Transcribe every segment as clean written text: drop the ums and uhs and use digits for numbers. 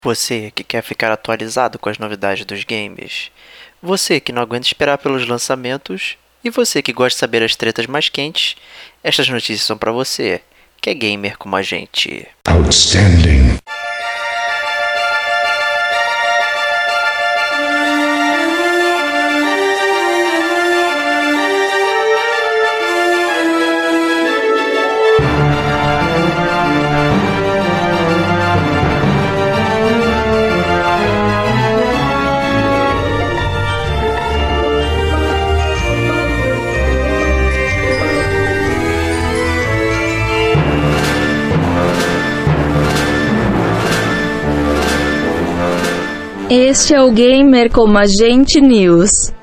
Você que quer ficar atualizado com as novidades dos games. Você que não aguenta esperar pelos lançamentos. E você que gosta de saber as tretas mais quentes. Estas notícias são pra você, que é gamer como a gente. Outstanding. Este é o Gamer como a gente News.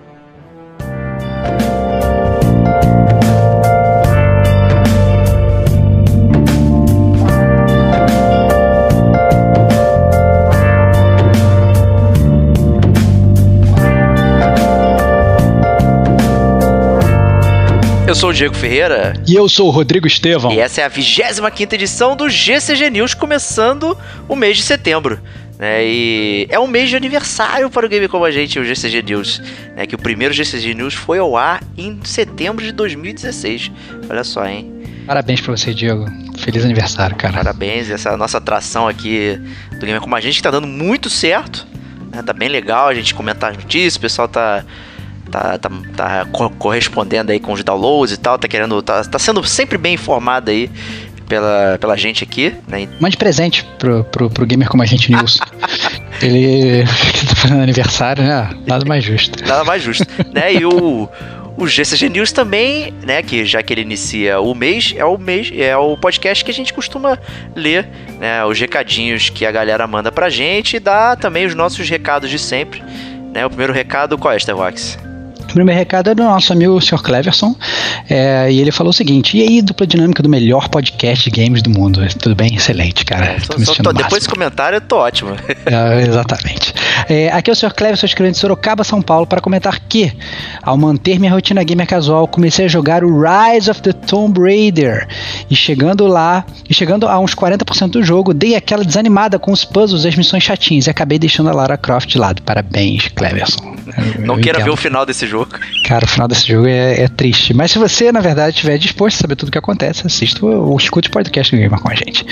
Eu sou o Diego Ferreira. E eu sou o Rodrigo Estevão. E essa é a 25ª edição do GCG News, começando o mês de setembro. E é um mês de aniversário para o Gamer como a gente, o GCG News. Que o primeiro GCG News foi ao ar em setembro de 2016. Olha só, hein? Parabéns pra você, Diego. Feliz aniversário, cara. Parabéns, essa nossa atração aqui do Gamer como a gente, que tá dando muito certo. Tá bem legal a gente comentar as notícias, o pessoal tá correspondendo aí com os downloads e tal, tá sendo sempre bem informado aí pela gente aqui, né? Mande presente pro Gamer como a gente News. Ele tá fazendo aniversário, né? Nada mais justo. Nada mais justo, né? E o GCG News também, né, que já que ele inicia o mês, é o podcast que a gente costuma ler, né, os recadinhos que a galera manda pra gente e dá também os nossos recados de sempre, né? O primeiro recado, qual é, Starvox? O primeiro recado é do nosso amigo Sr. Cleverson, e ele falou o seguinte: e aí, dupla dinâmica do melhor podcast de games do mundo? Tudo bem? Excelente, cara. Depois desse comentário eu tô ótimo. Exatamente. Aqui é o Sr. Cleverson, escrevendo de Sorocaba, São Paulo, para comentar que, ao manter minha rotina gamer casual, comecei a jogar o Rise of the Tomb Raider, e chegando a uns 40% do jogo, dei aquela desanimada com os puzzles e as missões chatinhas, e acabei deixando a Lara Croft de lado. Parabéns, Cleverson. Não queira ver o final desse jogo. Cara, o final desse jogo é triste. Mas se você, na verdade, estiver disposto a saber tudo o que acontece, assista ou escute o podcast do Gamer com a gente.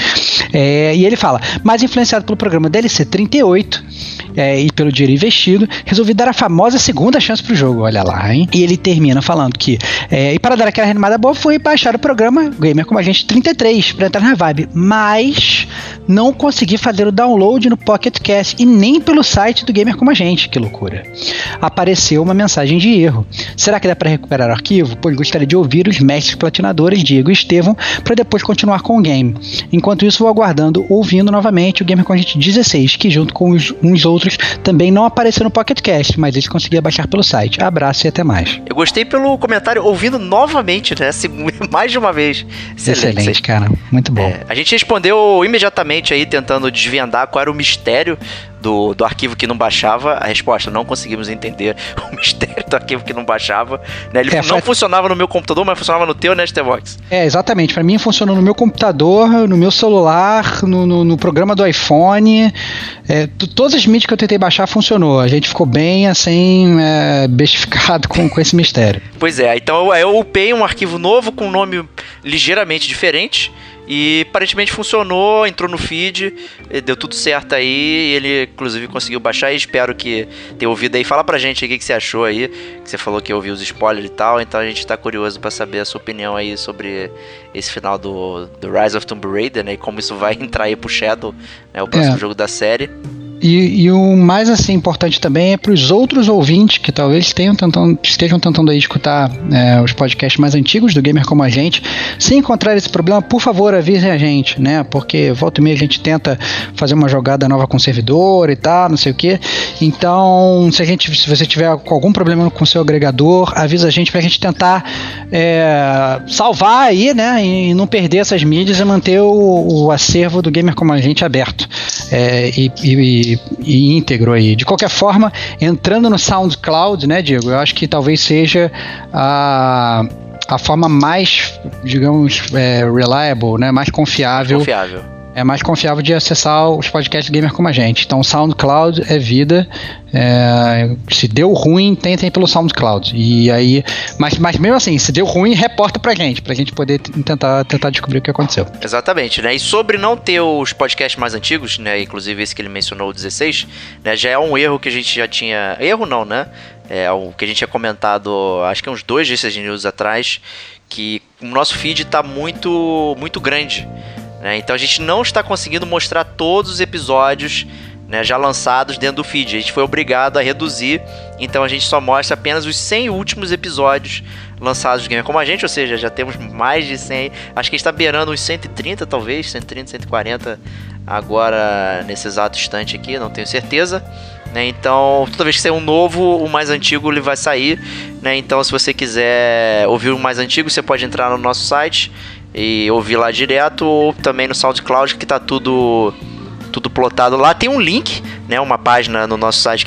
E ele fala: mas influenciado pelo programa DLC 38 e pelo dinheiro investido, resolvi dar a famosa segunda chance pro jogo. Olha lá, hein? E ele termina falando que e para dar aquela reanimada boa, foi baixar o programa Gamer como a gente 33 para entrar na vibe, mas não consegui fazer o download no Pocket Cast e nem pelo site do Gamer como a gente. Que loucura. Apareceu uma mensagem de erro. Será que dá para recuperar o arquivo? Pois gostaria de ouvir os mestres platinadores Diego e Estevão para depois continuar com o game. Enquanto isso, vou aguardando, ouvindo novamente o Gamer com a gente 16, que junto com uns outros também não apareceu no Pocket Cast, mas eles conseguiam baixar pelo site. Abraço e até mais. Eu gostei pelo comentário, ouvindo novamente, né? Mais de uma vez. Excelente, cara. Muito bom. A gente respondeu imediatamente aí, tentando desvendar qual era o mistério do arquivo que não baixava. A resposta: não conseguimos entender o mistério do arquivo que não baixava, né? Ele não funcionava no meu computador, mas funcionava no teu, né, Starvox? Exatamente. Pra mim funcionou no meu computador, no meu celular, no programa do iPhone. Todas as mídias que eu tentei baixar funcionou. A gente ficou bem assim, bestificado com esse mistério. Pois é, então eu upei um arquivo novo com um nome ligeiramente diferente. E aparentemente funcionou, entrou no feed, deu tudo certo aí, ele inclusive conseguiu baixar, e espero que tenha ouvido aí. Fala pra gente aí o que você achou aí, que você falou que ouviu os spoilers e tal, então a gente tá curioso pra saber a sua opinião aí sobre esse final do Rise of Tomb Raider, né, e como isso vai entrar aí pro Shadow, né, o próximo jogo da série. E o mais assim importante também é para os outros ouvintes que talvez estejam tentando aí escutar os podcasts mais antigos do Gamer como a gente. Se encontrar esse problema, por favor, avisem a gente, né? Porque volta e meia a gente tenta fazer uma jogada nova com o servidor e tal, não sei o que. Então, se você tiver com algum problema com o seu agregador, avisa a gente pra gente tentar salvar aí, né? E não perder essas mídias e manter o acervo do Gamer como a gente aberto. E íntegro aí. De qualquer forma, entrando no SoundCloud, né, Diego, eu acho que talvez seja a forma mais, digamos, reliable, né, mais confiável é mais confiável de acessar os podcasts gamer como a gente. Então, o SoundCloud é vida. Se deu ruim, tentem pelo SoundCloud. E aí, mas mesmo assim, se deu ruim, reporta pra gente poder tentar descobrir o que aconteceu. Exatamente, né? E sobre não ter os podcasts mais antigos, né? Inclusive esse que ele mencionou, o 16, né? Já é um erro que a gente já tinha... Erro não, né? É o que a gente tinha comentado, acho que uns 2 GCG News atrás, que o nosso feed tá muito, muito grande, né? Então a gente não está conseguindo mostrar todos os episódios, né, já lançados dentro do feed. A gente foi obrigado a reduzir, então a gente só mostra apenas os 100 últimos episódios lançados do Gamer Como a Gente, ou seja, já temos mais de 100, acho que a gente está beirando uns 130 talvez, 130, 140 agora nesse exato instante aqui, não tenho certeza, né? Então toda vez que sair um novo, o mais antigo ele vai sair, né? Então se você quiser ouvir o mais antigo, você pode entrar no nosso site e ouvir lá direto, ou também no SoundCloud, que tá tudo plotado lá. Tem um link, né, uma página no nosso site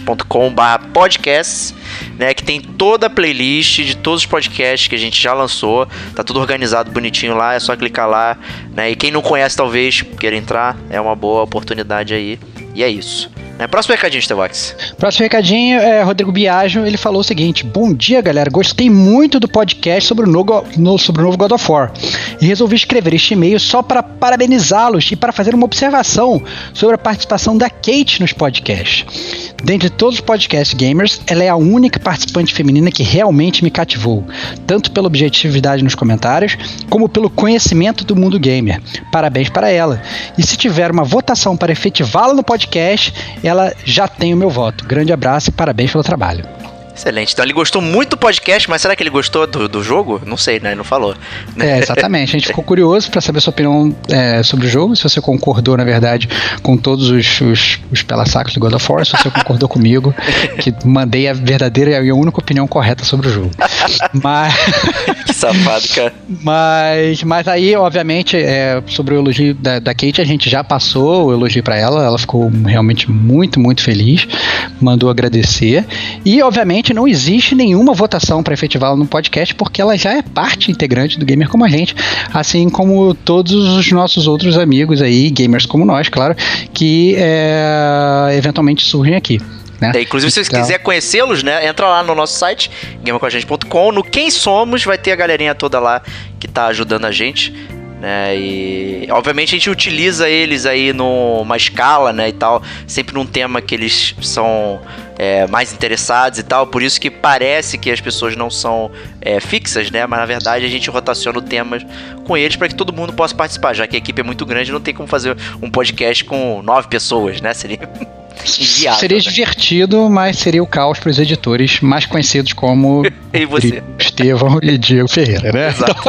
gamercomagente.com/podcasts, né, que tem toda a playlist de todos os podcasts que a gente já lançou. Tá tudo organizado bonitinho lá, é só clicar lá, né? E quem não conhece talvez queira entrar, é uma boa oportunidade aí. E é isso. Próximo recadinho, Stevox. Próximo recadinho é Rodrigo Biagio. Ele falou o seguinte: bom dia, galera. Gostei muito do podcast sobre o novo God of War e resolvi escrever este e-mail só para parabenizá-los e para fazer uma observação sobre a participação da Kate nos podcasts. Dentre todos os podcasts gamers, ela é a única participante feminina que realmente me cativou, tanto pela objetividade nos comentários, como pelo conhecimento do mundo gamer. Parabéns para ela. E se tiver uma votação para efetivá-la no podcast, ela já tem o meu voto. Grande abraço e parabéns pelo trabalho. Excelente. Então ele gostou muito do podcast, mas será que ele gostou do jogo? Não sei, né? Ele não falou. Exatamente. A gente ficou curioso para saber a sua opinião sobre o jogo, se você concordou, na verdade, com todos os pelasacos do God of War, se você concordou comigo, que mandei a verdadeira e a única opinião correta sobre o jogo. Mas... Que safado, cara. Mas aí, obviamente, sobre o elogio da Kate, a gente já passou o elogio para ela. Ela ficou realmente muito, muito feliz. Mandou agradecer. E, obviamente, não existe nenhuma votação para efetivá-la no podcast, porque ela já é parte integrante do Gamer Como a Gente, assim como todos os nossos outros amigos aí, gamers como nós, claro, que eventualmente surgem aqui. Né? Inclusive, se você quiser conhecê-los, né, entra lá no nosso site, gamercomagente.com. No Quem Somos vai ter a galerinha toda lá que tá ajudando a gente, né? E obviamente a gente utiliza eles aí numa escala, né, e tal, sempre num tema que eles são mais interessados e tal, por isso que parece que as pessoas não são fixas, né, mas na verdade a gente rotaciona o tema com eles para que todo mundo possa participar, já que a equipe é muito grande, não tem como fazer um podcast com 9 pessoas, né, seria inviável, seria divertido, mas seria o caos para os editores mais conhecidos como e você? Estevão e Diego Ferreira, né? Exato.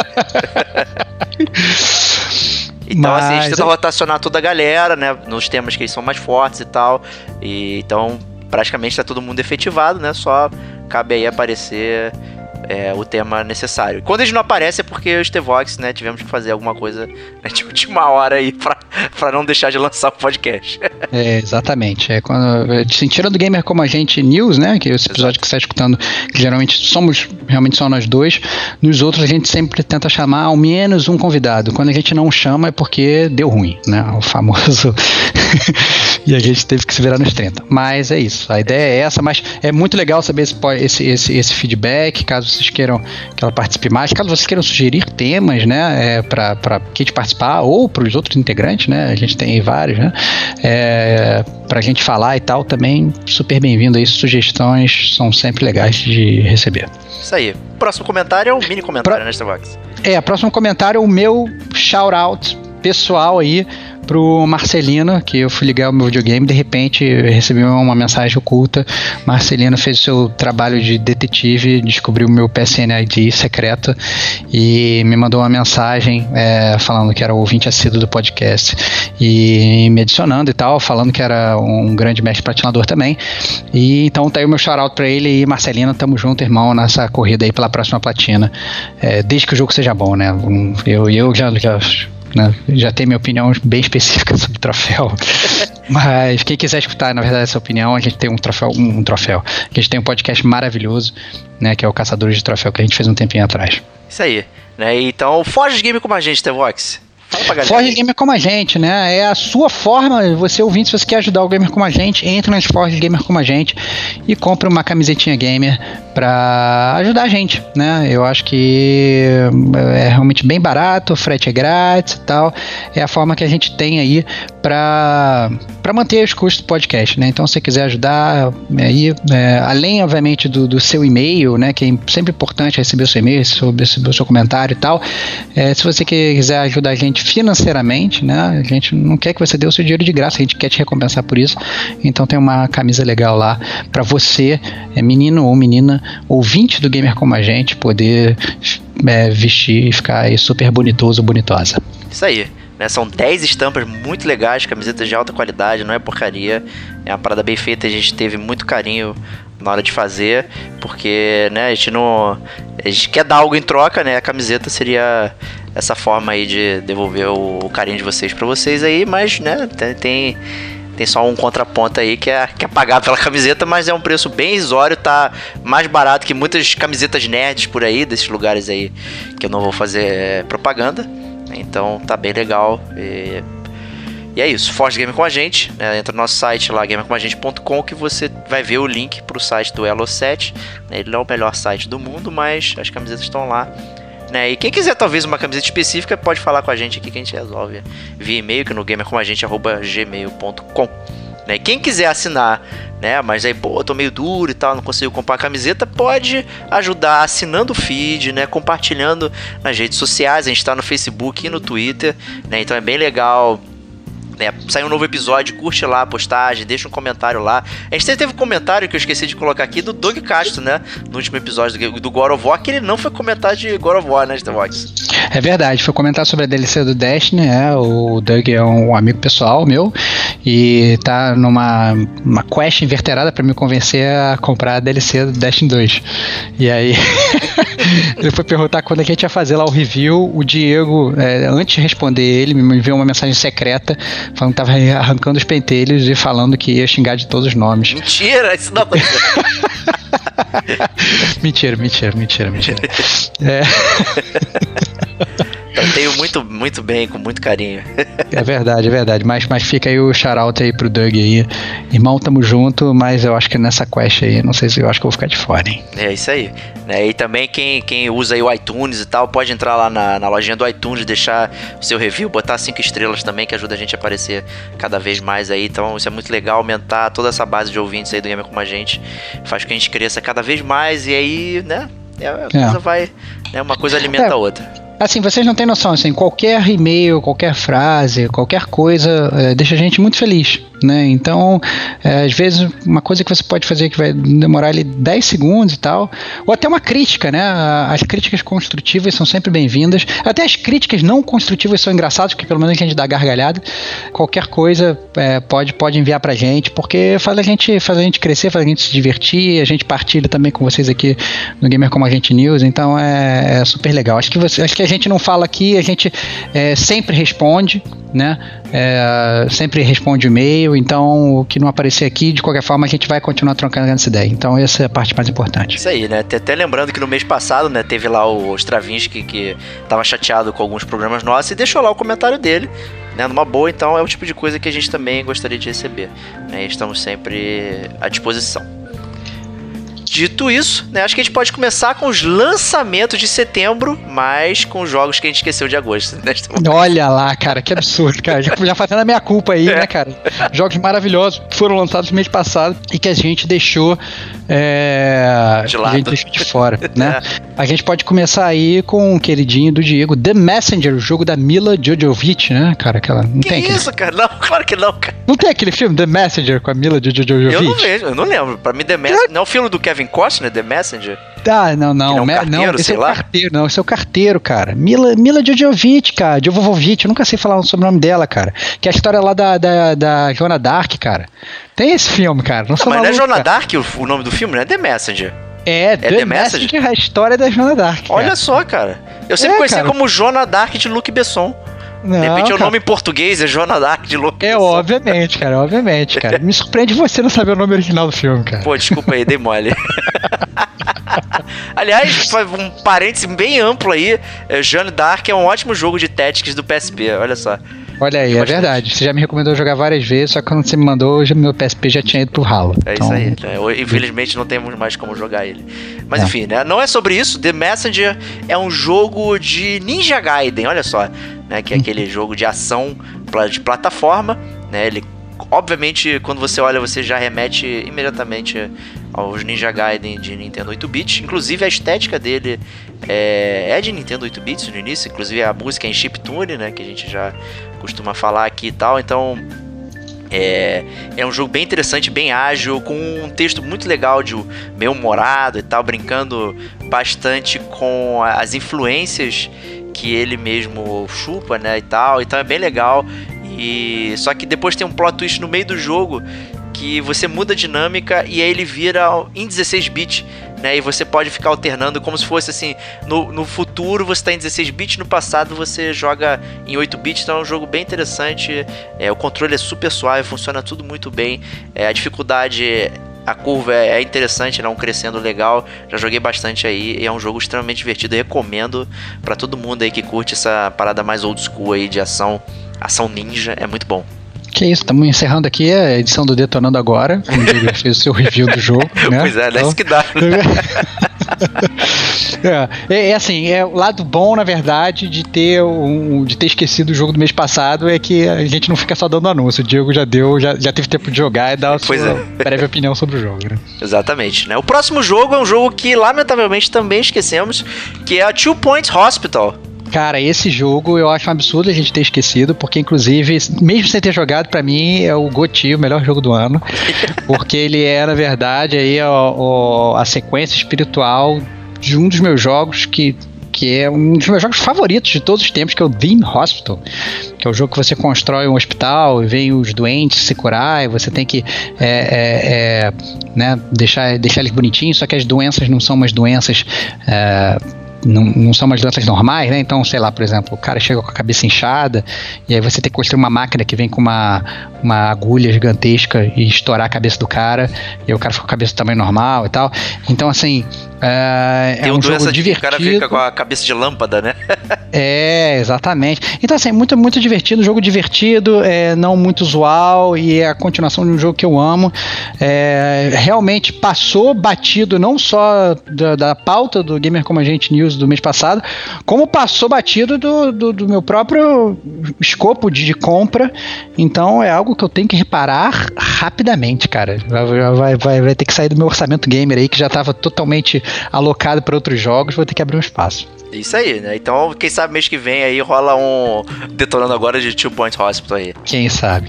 Então, assim, a gente tenta rotacionar toda a galera, né, nos temas que eles são mais fortes e tal, e então praticamente tá todo mundo efetivado, né, só cabe aí aparecer o tema necessário. Quando eles não aparecem é porque eu e o Stevox, né, tivemos que fazer alguma coisa, né, de última hora aí pra não deixar de lançar o podcast. Exatamente. Quando tirando do Gamer Como a Gente News, né, que é esse episódio que você está escutando, que geralmente realmente só nós dois, nos outros a gente sempre tenta chamar ao menos um convidado. Quando a gente não chama é porque deu ruim, né, o famoso e a gente teve que se virar nos 30. Mas é isso, a ideia é essa, mas é muito legal saber esse feedback, caso vocês queiram que ela participe mais, caso vocês queiram sugerir temas, né, para Kate participar, ou para os outros integrantes, né, a gente tem vários, né, pra gente falar e tal, também super bem-vindo aí, sugestões são sempre legais de receber. Isso aí. Próximo comentário é um mini comentário, né, Stevox? Próximo comentário é o meu shout-out pessoal aí pro Marcelino, que eu fui ligar o meu videogame, de repente eu recebi uma mensagem oculta. Marcelino fez o seu trabalho de detetive, descobriu o meu PSN ID secreto e me mandou uma mensagem falando que era ouvinte assíduo do podcast e me adicionando e tal, falando que era um grande mestre platinador também. E então tá aí o meu shout-out pra ele. E Marcelino, tamo junto, irmão, nessa corrida aí pela próxima platina, desde que o jogo seja bom, né? Eu já tenho minha opinião bem específica sobre o troféu. Mas quem quiser escutar, na verdade, essa opinião, a gente tem um troféu. A gente tem um podcast maravilhoso, né, que é o Caçadores de Troféu, que a gente fez um tempinho atrás. Isso aí, né? Então, foge de game como a gente, Stevox. Fala pra galera. Forge Gamer Como a Gente, né? É a sua forma, você ouvinte, se você quer ajudar o Gamer Como a Gente, entra nas Forge Gamer Como a Gente e compra uma camisetinha gamer pra ajudar a gente, né? Eu acho que é realmente bem barato, o frete é grátis e tal. É a forma que a gente tem aí pra manter os custos do podcast, né? Então, se você quiser ajudar aí, além, obviamente, do seu e-mail, né? Que é sempre importante receber o seu e-mail, receber o seu comentário e tal. Se você quiser ajudar a gente financeiramente, né? A gente não quer que você dê o seu dinheiro de graça, a gente quer te recompensar por isso. Então, tem uma camisa legal lá pra você, menino ou menina, ouvinte do Gamer Como a Gente, poder vestir e ficar aí super bonitoso, bonitosa. Isso aí, né? São 10 estampas muito legais, camisetas de alta qualidade, não é porcaria, é uma parada bem feita, a gente teve muito carinho na hora de fazer, porque, né, a gente quer dar algo em troca, né? A camiseta seria essa forma aí de devolver o carinho de vocês pra vocês aí, mas, né, tem só um contraponto aí que é pagar pela camiseta, mas é um preço bem irrisório, tá mais barato que muitas camisetas nerds por aí, desses lugares aí que eu não vou fazer propaganda, então tá bem legal. E é isso, Forge Gamer Com a Gente, né? Entra no nosso site lá, gamercomagente.com, que você vai ver o link pro site do Elo7, né? Ele não é o melhor site do mundo, mas as camisetas estão lá, né? E quem quiser talvez uma camiseta específica, pode falar com a gente aqui que a gente resolve via e-mail, que no gamercomagente@gmail.com, né? E quem quiser assinar, né, mas aí, pô, eu tô meio duro e tal, não consigo comprar a camiseta, pode ajudar assinando o feed, né, compartilhando nas redes sociais, a gente tá no Facebook e no Twitter, né? Então é bem legal. Sai um novo episódio, curte lá a postagem, deixa um comentário lá. A gente teve um comentário que eu esqueci de colocar aqui do Doug Castro, né? No último episódio do God of War, que ele não foi comentar de God of War, né, Starvox? É verdade, foi comentar sobre a DLC do Destiny, o Doug é um amigo pessoal meu e tá numa quest inverterada pra me convencer a comprar a DLC do Destiny 2. E aí ele foi perguntar quando é que a gente ia fazer lá o review. O Diego, antes de responder ele, me enviou uma mensagem secreta falando que tava arrancando os pentelhos e falando que ia xingar de todos os nomes. Mentira, isso não aconteceu. Mentira. Tenho muito bem, com muito carinho. É verdade. Mas fica aí o shout-out aí pro Doug aí. Irmão, tamo junto, mas eu acho que nessa quest aí, não sei se eu acho que eu vou ficar de fora, hein? É isso aí. E também quem usa aí o iTunes e tal, pode entrar lá na lojinha do iTunes, deixar o seu review, botar 5 estrelas também, que ajuda a gente a aparecer cada vez mais aí. Então isso é muito legal, aumentar toda essa base de ouvintes aí do Gamer Como a Gente. Faz com que a gente cresça cada vez mais e aí, né, a coisa vai, né, uma coisa alimenta a outra. Assim, vocês não têm noção, assim, qualquer e-mail, qualquer frase, qualquer coisa deixa a gente muito feliz, né? Então, às vezes, uma coisa que você pode fazer que vai demorar ali 10 segundos e tal, ou até uma crítica, né? As críticas construtivas são sempre bem-vindas. Até as críticas não construtivas são engraçadas, porque pelo menos a gente dá gargalhada. Qualquer coisa pode enviar pra gente, porque faz a gente crescer, faz a gente se divertir, a gente partilha também com vocês aqui no Gamer Como a Gente News, então é super legal. Acho que a gente não fala aqui, a gente sempre responde, né? Sempre responde e-mail, então o que não aparecer aqui, de qualquer forma, a gente vai continuar trocando essa ideia. Então essa é a parte mais importante. Isso aí, né? Até lembrando que no mês passado, né, teve lá o Stravinsky que tava chateado com alguns programas nossos e deixou lá o comentário dele, né, numa boa. Então é o tipo de coisa que a gente também gostaria de receber, né? Estamos sempre à disposição. Dito isso, né, acho que a gente pode começar com os lançamentos de setembro, mas com os jogos que a gente esqueceu de agosto, né? Olha lá, cara, que absurdo, cara. Já fazendo a minha culpa aí, né, cara? Jogos maravilhosos que foram lançados no mês passado e que a gente deixou de lado. A gente deixou de fora, né? A gente pode começar aí com o queridinho do Diego, The Messenger, o jogo da Mila Jovovich, né, cara? Não que tem isso, cara? Não, claro que não, cara. Não tem aquele filme, The Messenger, com a Mila Jovovich? Eu não vejo, eu não lembro. Pra mim, The Messenger não é o filme do Kevin Costner, The Messenger? Não. Não, esse é o carteiro, não, esse é o carteiro, cara. Mila Jovovich, cara. Jovovich, eu nunca sei falar sobre o nome dela, cara. Que é a história lá da Joana Dark, cara. Tem esse filme, cara. Mas não é Joana Dark o nome do filme, não é The Messenger. É The Messenger, a história da Joana Dark. Olha só, cara. Eu sempre conheci como Joana Dark de Luc Besson. De repente o nome em português é Joana Dark de louco. Obviamente, cara. Me surpreende você não saber o nome original do filme, cara. Pô, desculpa aí, dei mole. Aliás, um parênteses bem amplo aí, Joana Dark é um ótimo jogo de Tactics do PSP, olha só. Olha aí, é verdade. Você já me recomendou jogar várias vezes, só que quando você me mandou, meu PSP já tinha ido pro ralo. É então... isso aí. Infelizmente não temos mais como jogar ele. Mas enfim, né? Não é sobre isso. The Messenger é um jogo de Ninja Gaiden, olha só. Né? Que é aquele jogo de ação de plataforma. Né? Ele, obviamente, quando você olha, você já remete imediatamente aos Ninja Gaiden de Nintendo 8-bit. Inclusive a estética dele é de Nintendo 8-bits no início. Inclusive a música é em chiptune, né? Que a gente já costuma falar aqui e tal. Então é um jogo bem interessante, bem ágil, com um texto muito legal, meio humorado e tal, brincando bastante com as influências que ele mesmo chupa, né, e tal. Então é bem legal. Só que depois tem um plot twist no meio do jogo que você muda a dinâmica e aí ele vira em 16-bit, né? E você pode ficar alternando como se fosse assim, no futuro você está em 16-bit, no passado você joga em 8-bit, então é um jogo bem interessante. O controle é super suave, funciona tudo muito bem. A dificuldade, a curva é interessante, não crescendo legal. Já joguei bastante aí e é um jogo extremamente divertido. Eu recomendo para todo mundo aí que curte essa parada mais old school aí de ação ninja, é muito bom. Que isso, estamos encerrando aqui a edição do Detonando Agora. O Diego fez o seu review do jogo, né? Pois é, então... isso que dá. Assim, o lado bom, na verdade, de ter esquecido o jogo do mês passado é que a gente não fica só dando anúncio. O Diego já teve tempo de jogar e dar a sua breve opinião sobre o jogo, né? Exatamente, né? O próximo jogo é um jogo que, lamentavelmente, também esquecemos, que é a 2 Point Hospital. Cara, esse jogo eu acho um absurdo a gente ter esquecido, porque inclusive, mesmo sem ter jogado, pra mim é o GOTY, o melhor jogo do ano, porque ele é, na verdade, aí a sequência espiritual de um dos meus jogos que é um dos meus jogos favoritos de todos os tempos, que é o Dream Hospital, que é o jogo que você constrói um hospital e vem os doentes se curar e você tem que né, deixar eles bonitinhos, só que as doenças não são umas doenças... Não são umas doenças normais, né? Então, sei lá, por exemplo, o cara chega com a cabeça inchada e aí você tem que construir uma máquina que vem com uma agulha gigantesca e estourar a cabeça do cara, e aí o cara fica com a cabeça do tamanho normal e tal. Então, assim, é um jogo divertido. O cara fica com a cabeça de lâmpada, né? Exatamente. Então, assim, muito, muito divertido, jogo divertido, não muito usual, e é a continuação de um jogo que eu amo. Realmente passou batido não só da pauta do Gamer Como a Gente News do mês passado, como passou batido do meu próprio escopo de compra. Então é algo que eu tenho que reparar rapidamente, cara. Vai ter que sair do meu orçamento gamer aí, que já estava totalmente alocado para outros jogos. Vou ter que abrir um espaço. Isso aí, né? Então, quem sabe mês que vem aí rola um Detonando Agora de 2 Point Hospital aí. Quem sabe.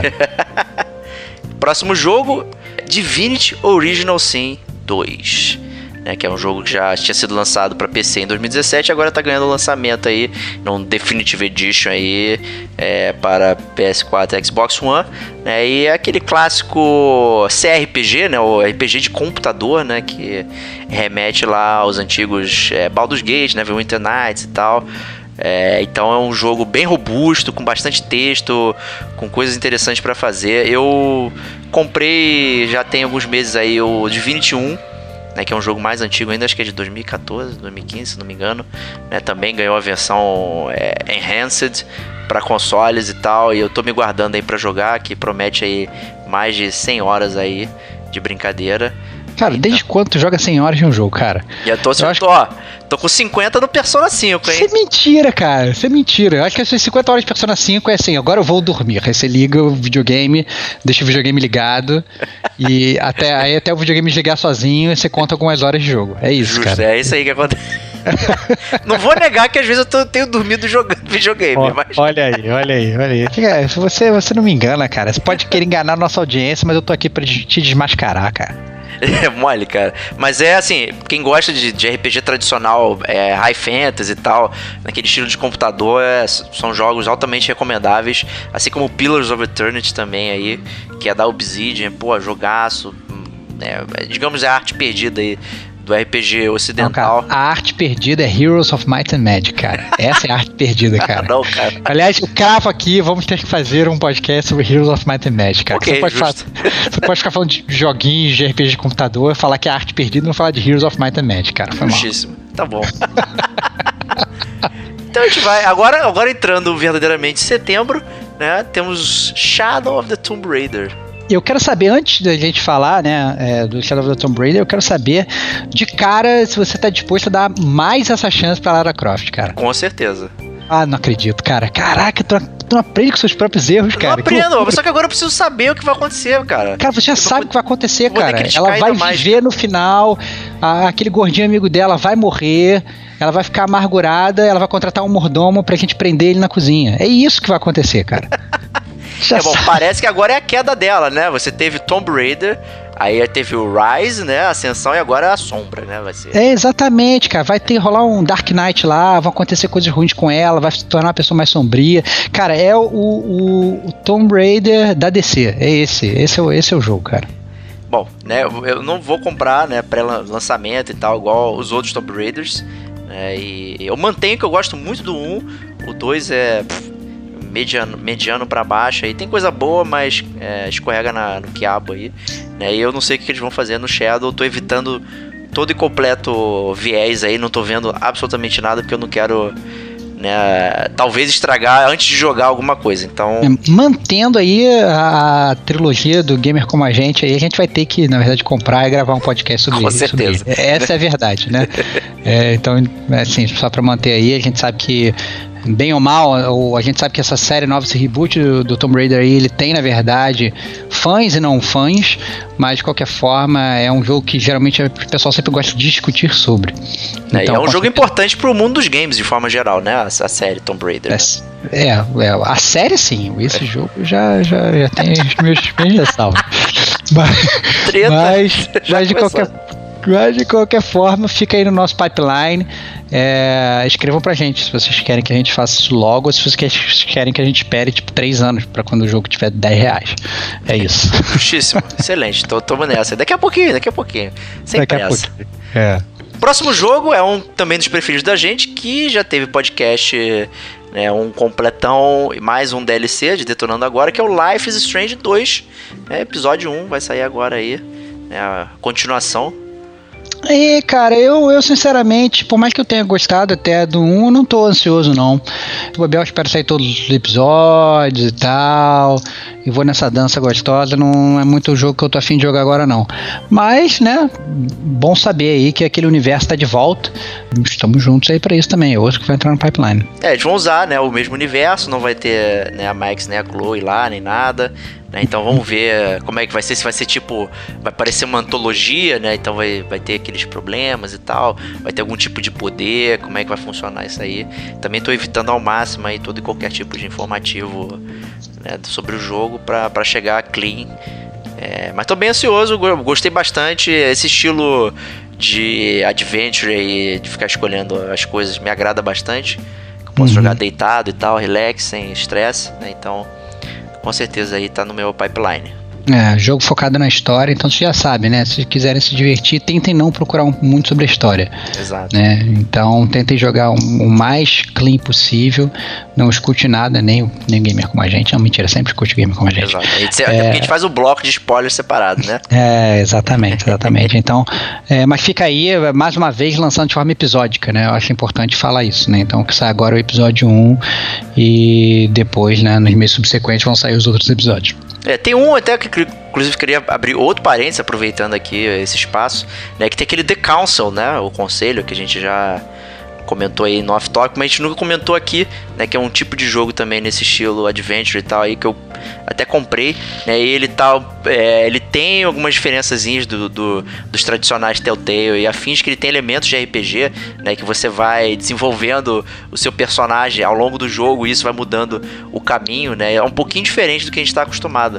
Próximo jogo, Divinity Original Sin 2. Né, que é um jogo que já tinha sido lançado para PC em 2017, agora está ganhando lançamento aí, num Definitive Edition aí, para PS4 e Xbox One, né, e é aquele clássico CRPG, né, o RPG de computador, né, que remete lá aos antigos Baldur's Gate, né, Winter Nights e tal. Então é um jogo bem robusto, com bastante texto, com coisas interessantes para fazer. Eu comprei, já tem alguns meses aí, o Divinity 1, né, que é um jogo mais antigo ainda, acho que é de 2014, 2015, se não me engano, né, também ganhou a versão Enhanced para consoles e tal, e eu tô me guardando aí para jogar, que promete aí mais de 100 horas aí de brincadeira. Cara, então, desde quando tu joga 100 horas de um jogo, cara? E eu tô com 50 no Persona 5, hein? Isso é mentira, cara. Isso é mentira. Eu acho que essas 50 horas de Persona 5 é assim, agora eu vou dormir. Aí você liga o videogame, deixa o videogame ligado e até o videogame ligar sozinho, você conta algumas horas de jogo. É isso, justo, cara. É isso aí que acontece. Não vou negar que às vezes eu tenho dormido jogando videogame, mas... Olha aí. Você não me engana, cara. Você pode querer enganar a nossa audiência, mas eu tô aqui pra te desmascarar, cara. É mole, cara. Mas é assim, quem gosta de RPG tradicional, high fantasy e tal, naquele estilo de computador, são jogos altamente recomendáveis. Assim como Pillars of Eternity também aí, que é da Obsidian, pô, jogaço. Digamos, é a arte perdida aí do RPG ocidental. Não, cara, a arte perdida é Heroes of Might and Magic, cara. Essa é a arte perdida, cara. Não, cara. Aliás, eu cravo aqui, vamos ter que fazer um podcast sobre Heroes of Might and Magic, cara. Okay, você pode ficar falando de joguinhos de RPG de computador, falar que é arte perdida e não falar de Heroes of Might and Magic, cara. Foi mal. Justíssimo. Tá bom. Então a gente vai, agora entrando verdadeiramente em setembro, né, temos Shadow of the Tomb Raider. Eu quero saber, antes da gente falar, né, do Shadow of the Tomb Raider, eu quero saber de cara se você tá disposto a dar mais essa chance pra Lara Croft, cara. Com certeza. Ah, não acredito, cara. Caraca, tu não aprende com seus próprios erros, cara. Não aprendo, só que agora eu preciso saber o que vai acontecer, cara. Cara, você já sabe o que vai acontecer, cara. Ela vai viver mais. No final, aquele gordinho amigo dela vai morrer, ela vai ficar amargurada, ela vai contratar um mordomo pra gente prender ele na cozinha. É isso que vai acontecer, cara. Bom, parece que agora é a queda dela, né? Você teve Tomb Raider, aí teve o Rise, né? A Ascensão, e agora é a Sombra, né? Vai ser. Exatamente, cara. Vai rolar um Dark Knight lá, vão acontecer coisas ruins com ela, vai se tornar uma pessoa mais sombria. Cara, é o Tomb Raider da DC. É esse é o jogo, cara. Bom, né? Eu não vou comprar, né? Pré-lançamento e tal, igual os outros Tomb Raiders. E eu mantenho que eu gosto muito do 1. O 2 é mediano pra baixo. Aí tem coisa boa, mas escorrega no quiabo aí, né? E eu não sei o que eles vão fazer no Shadow. Eu tô evitando todo e completo viés aí. Não tô vendo absolutamente nada, porque eu não quero, né, talvez estragar antes de jogar alguma coisa. Então, mantendo aí a trilogia do Gamer Como a Gente, aí a gente vai ter que, na verdade, comprar e gravar um podcast sobre isso. Com certeza. Essa é a verdade, né? Então, assim, só pra manter aí, a gente sabe que, bem ou mal, a gente sabe que essa série nova, esse reboot do Tomb Raider aí, ele tem, na verdade, fãs e não fãs, mas de qualquer forma é um jogo que geralmente o pessoal sempre gosta de discutir sobre. Então, é um jogo importante pro mundo dos games de forma geral, né? A série Tomb Raider. A série sim, esse jogo já tem os meus ressalvos. Mas de qualquer forma, fica aí no nosso pipeline. Escrevam pra gente se vocês querem que a gente faça isso logo, ou se vocês querem que a gente espere tipo 3 anos pra quando o jogo tiver R$10. É isso. Justíssimo, excelente, tamo nessa. Daqui a pouquinho. Sem pressa. Próximo jogo é também dos preferidos da gente, que já teve podcast, né, um completão e mais um DLC de Detonando Agora, que é o Life is Strange 2. Episódio 1 vai sair agora aí, né, a continuação. Cara, eu sinceramente, por mais que eu tenha gostado até do 1, eu não tô ansioso não. O Abel espera sair todos os episódios e tal, e vou nessa dança gostosa. Não é muito o jogo que eu tô afim de jogar agora não. Mas, né, bom saber aí que aquele universo tá de volta. Estamos juntos aí pra isso também, é outro que vai entrar no pipeline. Eles vão usar, né, o mesmo universo, não vai ter, né, a Max, né, a Chloe lá, nem nada. Então vamos ver como é que vai ser, se vai ser tipo, vai parecer uma antologia, né? Então vai ter aqueles problemas e tal, vai ter algum tipo de poder, como é que vai funcionar isso aí. Também estou evitando ao máximo aí todo e qualquer tipo de informativo, né, sobre o jogo para chegar clean. Mas tô bem ansioso, gostei bastante. Esse estilo de adventure e de ficar escolhendo as coisas me agrada bastante. Eu posso jogar deitado e tal, relax, sem estresse, né? Então, com certeza aí tá no meu pipeline. Jogo focado na história, então você já sabe, né? Se quiserem se divertir, tentem não procurar muito sobre a história. Exato. Né? Então tentem jogar o mais clean possível, não escute nada, nem gamer como a gente. Não, mentira, sempre escute gamer como a gente. Exato. Porque a gente faz o bloco de spoilers separado, né? Exatamente. Então, mas fica aí, mais uma vez, lançando de forma episódica, né? Eu acho importante falar isso, né? Então, que sai agora o episódio 1 e depois, né, nos meses subsequentes vão sair os outros episódios. Tem um até que, inclusive, queria abrir outro parênteses, aproveitando aqui esse espaço, né, que tem aquele The Council, né, o conselho, que a gente já comentou aí no Off Talk, mas a gente nunca comentou aqui, né, que é um tipo de jogo também nesse estilo adventure e tal, aí que eu até comprei, né, e ele ele tem algumas diferençazinhas dos tradicionais Telltale e afins, que ele tem elementos de RPG, né, que você vai desenvolvendo o seu personagem ao longo do jogo, e isso vai mudando o caminho, né, é um pouquinho diferente do que a gente está acostumado.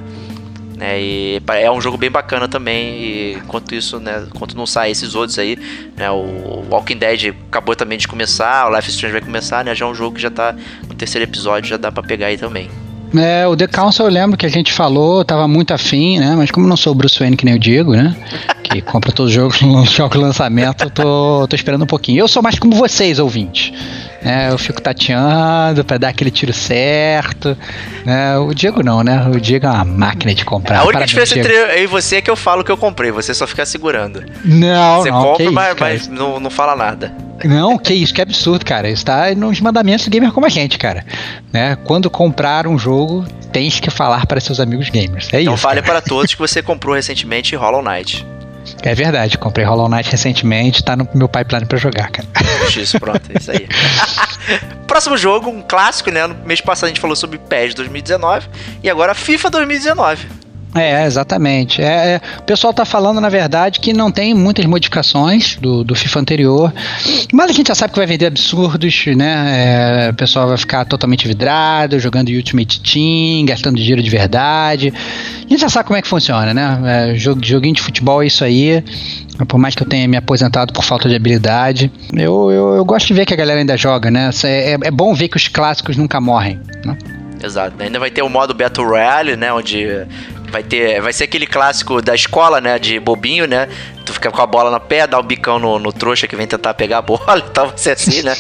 E é um jogo bem bacana também. E enquanto isso, né, enquanto não sai esses outros aí, né, o Walking Dead acabou também de começar, o Life is Strange vai começar, né, já é um jogo que já tá no terceiro episódio, já dá pra pegar aí também. O The Council eu lembro que a gente falou, tava muito afim, né? Mas como não sou o Bruce Wayne que nem o Diego, né? Que compra todos os jogos no jogo lançamento, eu tô esperando um pouquinho. Eu sou mais como vocês, ouvintes. Eu fico tateando pra dar aquele tiro certo. O Diego não, né? O Diego é uma máquina de comprar. A única diferença entre eu e você é que eu falo que eu comprei, você só fica segurando. Você compra, mas não fala nada. Não, que isso, que absurdo, cara. Isso tá nos mandamentos do gamer como a gente, cara. Quando comprar um jogo, tens que falar para seus amigos gamers. Então isso, fale para todos que você comprou recentemente Hollow Knight. É verdade, comprei Hollow Knight recentemente, tá no meu pipeline pra jogar, cara. Isso, pronto, é isso aí. Próximo jogo, um clássico, né? No mês passado a gente falou sobre PES 2019 e agora FIFA 2019. Exatamente. O pessoal tá falando, na verdade, que não tem muitas modificações do FIFA anterior, mas a gente já sabe que vai vender absurdos, né? O pessoal vai ficar totalmente vidrado, jogando Ultimate Team, gastando dinheiro de verdade. A gente já sabe como é que funciona, né? Joguinho de futebol é isso aí. Por mais que eu tenha me aposentado por falta de habilidade, eu gosto de ver que a galera ainda joga, né? É bom ver que os clássicos nunca morrem, né? Exato. Ainda vai ter o modo Battle Royale, né? Onde vai ser aquele clássico da escola, né? De bobinho, né? Tu fica com a bola no pé, dá o bicão no trouxa que vem tentar pegar a bola e tal, vai ser assim, né?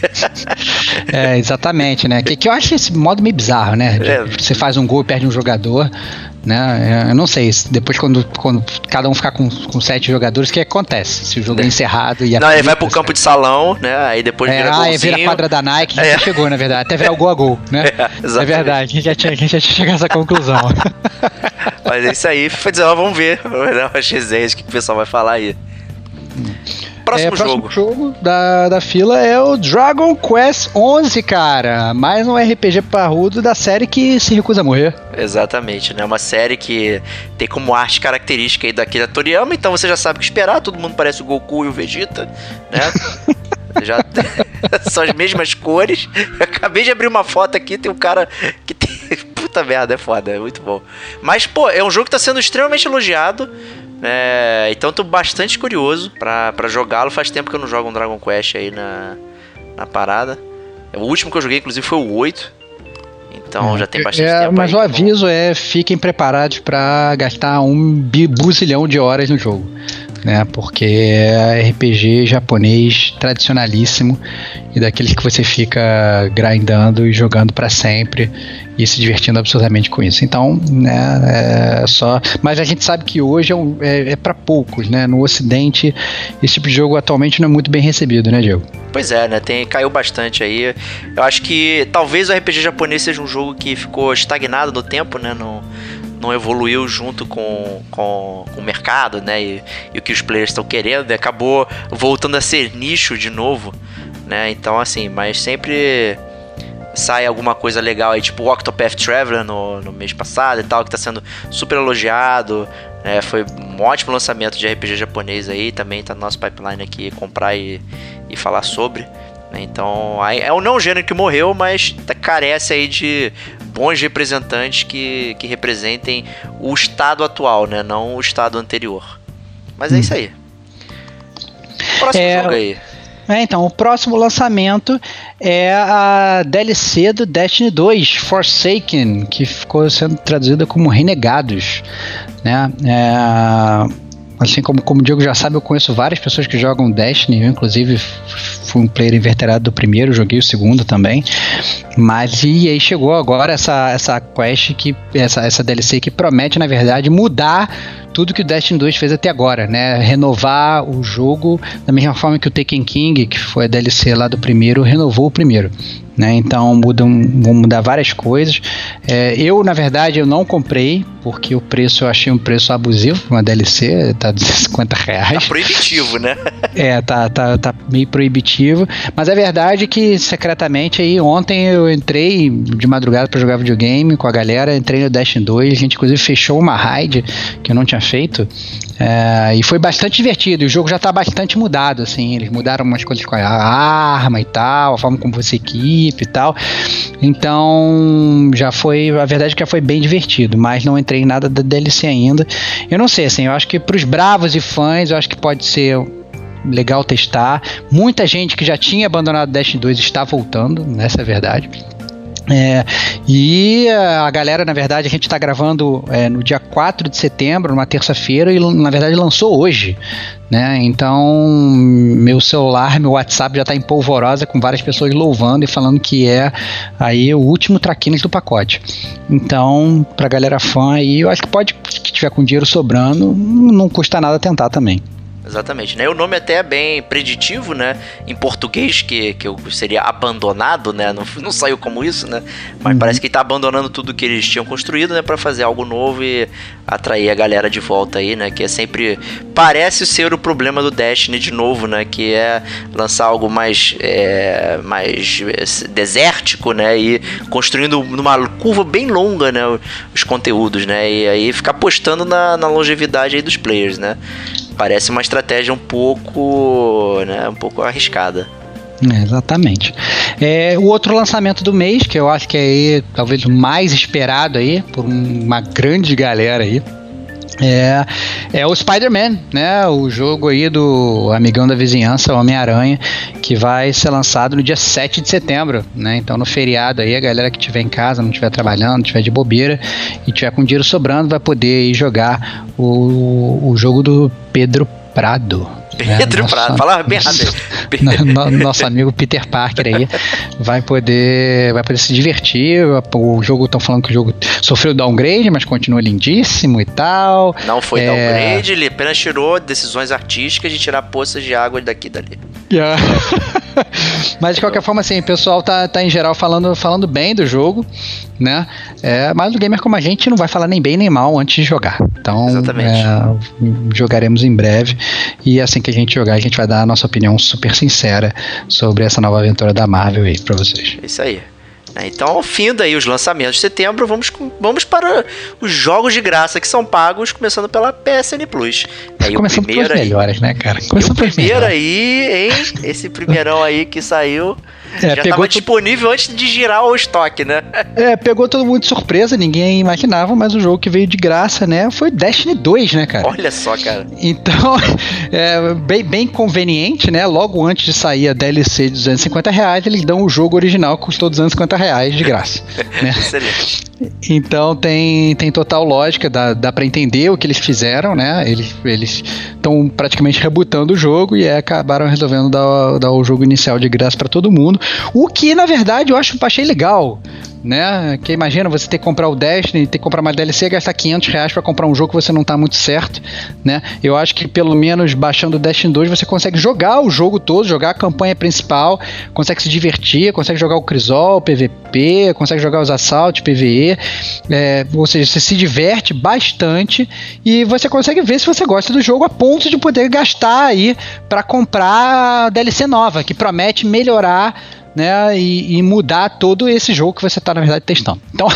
Exatamente, né? Que eu acho esse modo meio bizarro, né? Você faz um gol e perde um jogador, né? Eu não sei, depois quando cada um ficar com 7 jogadores, o que acontece? Se o jogo é encerrado e ele vai pro campo de salão, né? Aí depois vira golzinho. Vira a quadra da Nike, já chegou, na verdade. Até virar o gol a gol, né? É verdade, a gente já tinha chegado a essa conclusão. Mas é isso aí, FIFA 19, vamos ver as resenhas, o que o pessoal vai falar aí. Próximo jogo da fila é o Dragon Quest 11, cara. Mais um RPG parrudo da série que se recusa a morrer. Exatamente, né? Uma série que tem como arte característica aí da Akira Toriyama, então você já sabe o que esperar, todo mundo parece o Goku e o Vegeta, né? Já são as mesmas cores. Eu acabei de abrir uma foto aqui, tem um cara que tem... Puta merda, é foda, é muito bom. Mas, pô, é um jogo que tá sendo extremamente elogiado. Então tô bastante curioso pra jogá-lo. Faz tempo que eu não jogo um Dragon Quest aí na parada. O último que eu joguei, inclusive, foi o 8. Então já tem bastante tempo. Mas o aviso fiquem preparados pra gastar 1 buzilhão de horas no jogo, né? Porque é RPG japonês tradicionalíssimo e daqueles que você fica grindando e jogando pra sempre e se divertindo absurdamente com isso. Então, né, mas a gente sabe que hoje é para poucos, né? No Ocidente, esse tipo de jogo atualmente não é muito bem recebido, né, Diego? Pois é, né? Caiu bastante aí. Eu acho que talvez o RPG japonês seja um jogo que ficou estagnado no tempo, né? Não evoluiu junto com o mercado, né? E o que os players estão querendo. Acabou voltando a ser nicho de novo, né? Então, assim, mas sempre sai alguma coisa legal aí, tipo o Octopath Traveler no mês passado e tal, que tá sendo super elogiado. Foi um ótimo lançamento de RPG japonês aí, também tá no nosso pipeline aqui, comprar e falar sobre, né? Então, é um gênero que morreu, mas carece aí de bons representantes que representem o estado atual, né? Não o estado anterior. Mas é isso aí. Próximo jogo aí. Então, o próximo lançamento é a DLC do Destiny 2, Forsaken, que ficou sendo traduzida como Renegados, né? Assim como o Diego já sabe, eu conheço várias pessoas que jogam Destiny, eu inclusive fui um player inveterado do primeiro, joguei o segundo também, mas e aí chegou agora essa quest, essa DLC que promete, na verdade, mudar tudo que o Destiny 2 fez até agora, né? Renovar o jogo da mesma forma que o Taken King, que foi a DLC lá do primeiro, renovou o primeiro, né? Então vão mudar várias coisas. Eu, na verdade, eu não comprei, porque o preço, eu achei um preço abusivo, uma DLC, tá R$250. Tá proibitivo, né? Tá meio proibitivo, mas é verdade que secretamente aí ontem eu entrei de madrugada pra jogar videogame com a galera, entrei no Destiny 2, a gente inclusive fechou uma raid que eu não tinha feito, e foi bastante divertido. O jogo já tá bastante mudado, assim, eles mudaram umas coisas com a arma e tal, a forma como você equipe e tal, então a verdade é que já foi bem divertido, mas não entrei em nada da DLC ainda. Eu não sei, assim, eu acho que pros bravos e fãs, eu acho que pode ser legal testar. Muita gente que já tinha abandonado Destiny 2 está voltando, essa é a verdade. E a galera, na verdade, a gente está gravando no dia 4 de setembro, numa terça-feira, e na verdade lançou hoje, né? Então meu celular, meu WhatsApp já está em polvorosa, com várias pessoas louvando e falando que é aí o último traquinas do pacote. Então, pra galera fã aí, eu acho que pode, que tiver com dinheiro sobrando, não custa nada tentar também. Exatamente, né? O nome até é bem preditivo, né? Em português, que seria abandonado, né? Não saiu como isso, né? Mas parece que ele tá abandonando tudo que eles tinham construído, né? Pra fazer algo novo e atrair a galera de volta aí, né? Que é sempre... Parece ser o problema do Destiny de novo, né? Que é lançar algo mais desértico, né? E construindo numa curva bem longa, né? Os conteúdos, né? E aí ficar apostando na longevidade aí dos players, né? Parece uma estratégia um pouco arriscada. Exatamente. O outro lançamento do mês, que eu acho que é aí, talvez o mais esperado aí, por uma grande galera aí, é o Spider-Man, né? O jogo aí do amigão da vizinhança, o Homem-Aranha, que vai ser lançado no dia 7 de setembro, né? Então no feriado aí, a galera que estiver em casa, não estiver trabalhando, estiver de bobeira e tiver com dinheiro sobrando, vai poder ir jogar o jogo do Pedro Prado. Pedro Prado, fala bem errado. Nosso amigo Peter Parker aí vai poder se divertir. O jogo, estão falando que o jogo sofreu downgrade, mas continua lindíssimo e tal. Não foi downgrade, ele apenas tirou decisões artísticas de tirar poças de água daqui e dali. Mas de qualquer forma, assim, o pessoal tá em geral falando bem do jogo, né? Mas o gamer como a gente não vai falar nem bem nem mal antes de jogar. Então, jogaremos em breve. E assim que a gente jogar, a gente vai dar a nossa opinião super sincera sobre essa nova aventura da Marvel aí pra vocês. Isso aí. Então, findo aí os lançamentos de setembro, vamos para os jogos de graça que são pagos, começando pela PSN Plus. Começando pelos melhores, né, cara? O primeiro aí, hein? Esse primeirão aí que saiu... já estava disponível antes de girar o estoque, né? Pegou todo mundo de surpresa, ninguém imaginava, mas o jogo que veio de graça, né, foi Destiny 2, né, cara? Olha só, cara. Então, bem conveniente, né? Logo antes de sair a DLC de R$250, eles dão o jogo original que custou R$250 de graça. Né? Excelente. Então tem total lógica, dá pra entender o que eles fizeram, né? Eles estão praticamente rebootando o jogo e acabaram resolvendo dar o jogo inicial de graça pra todo mundo. O que, na verdade, eu achei legal, né? Que imagina você ter que comprar o Destiny, ter que comprar uma DLC e gastar R$500 pra comprar um jogo que você não tá muito certo, né? Eu acho que pelo menos baixando o Destiny 2 você consegue jogar o jogo todo, jogar a campanha principal, consegue se divertir, consegue jogar o Crisol, o PVP, consegue jogar os assaltos, PVE, ou seja, você se diverte bastante e você consegue ver se você gosta do jogo a ponto de poder gastar aí pra comprar a DLC nova, que promete melhorar, né, e mudar todo esse jogo que você está, na verdade, testando. Então,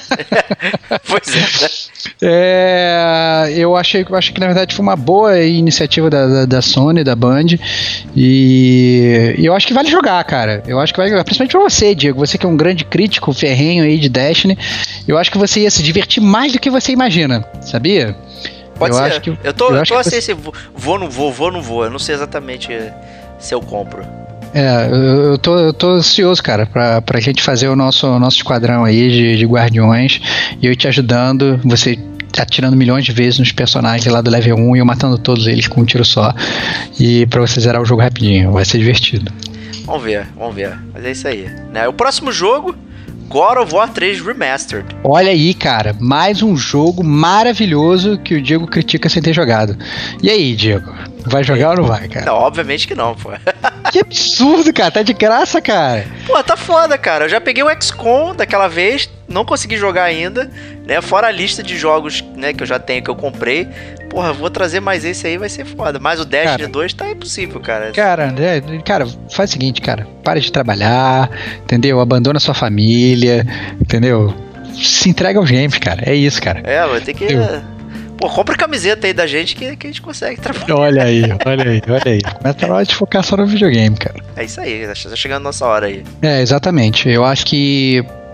pois é. Eu acho que, na verdade, foi uma boa iniciativa da Sony, da Band, e eu acho que vale jogar, cara. Eu acho que vale jogar, principalmente pra você, Diego, você que é um grande crítico ferrenho aí de Destiny, eu acho que você ia se divertir mais do que você imagina, sabia? Pode ser. Eu tô assim, se vou, não vou. Eu não sei exatamente se eu compro. Eu tô ansioso, cara, pra gente fazer o nosso esquadrão aí de guardiões e eu te ajudando, você atirando milhões de vezes nos personagens lá do level 1 e eu matando todos eles com um tiro só, e pra você zerar o jogo rapidinho, vai ser divertido. Vamos ver, mas é isso aí, né? O próximo jogo, God of War 3 Remastered. Olha aí, cara, mais um jogo maravilhoso que o Diego critica sem ter jogado. E aí, Diego? Vai jogar ou não vai, cara? Não, obviamente que não, pô. Que absurdo, cara. Tá de graça, cara. Pô, tá foda, cara. Eu já peguei o XCOM daquela vez, não consegui jogar ainda, né? Fora a lista de jogos, né, que eu já tenho, que eu comprei. Porra, vou trazer mais esse aí, vai ser foda. Mas o Destiny 2 tá impossível, cara. Cara, faz o seguinte, cara. Para de trabalhar, entendeu? Abandona sua família, entendeu? Se entrega aos games, cara. É isso, cara. Vai ter que... Pô, compra a camiseta aí da gente que a gente consegue trabalhar. Olha aí. Mas tá na hora de focar só no videogame, cara. É isso aí, tá chegando a nossa hora aí. Exatamente. Eu acho que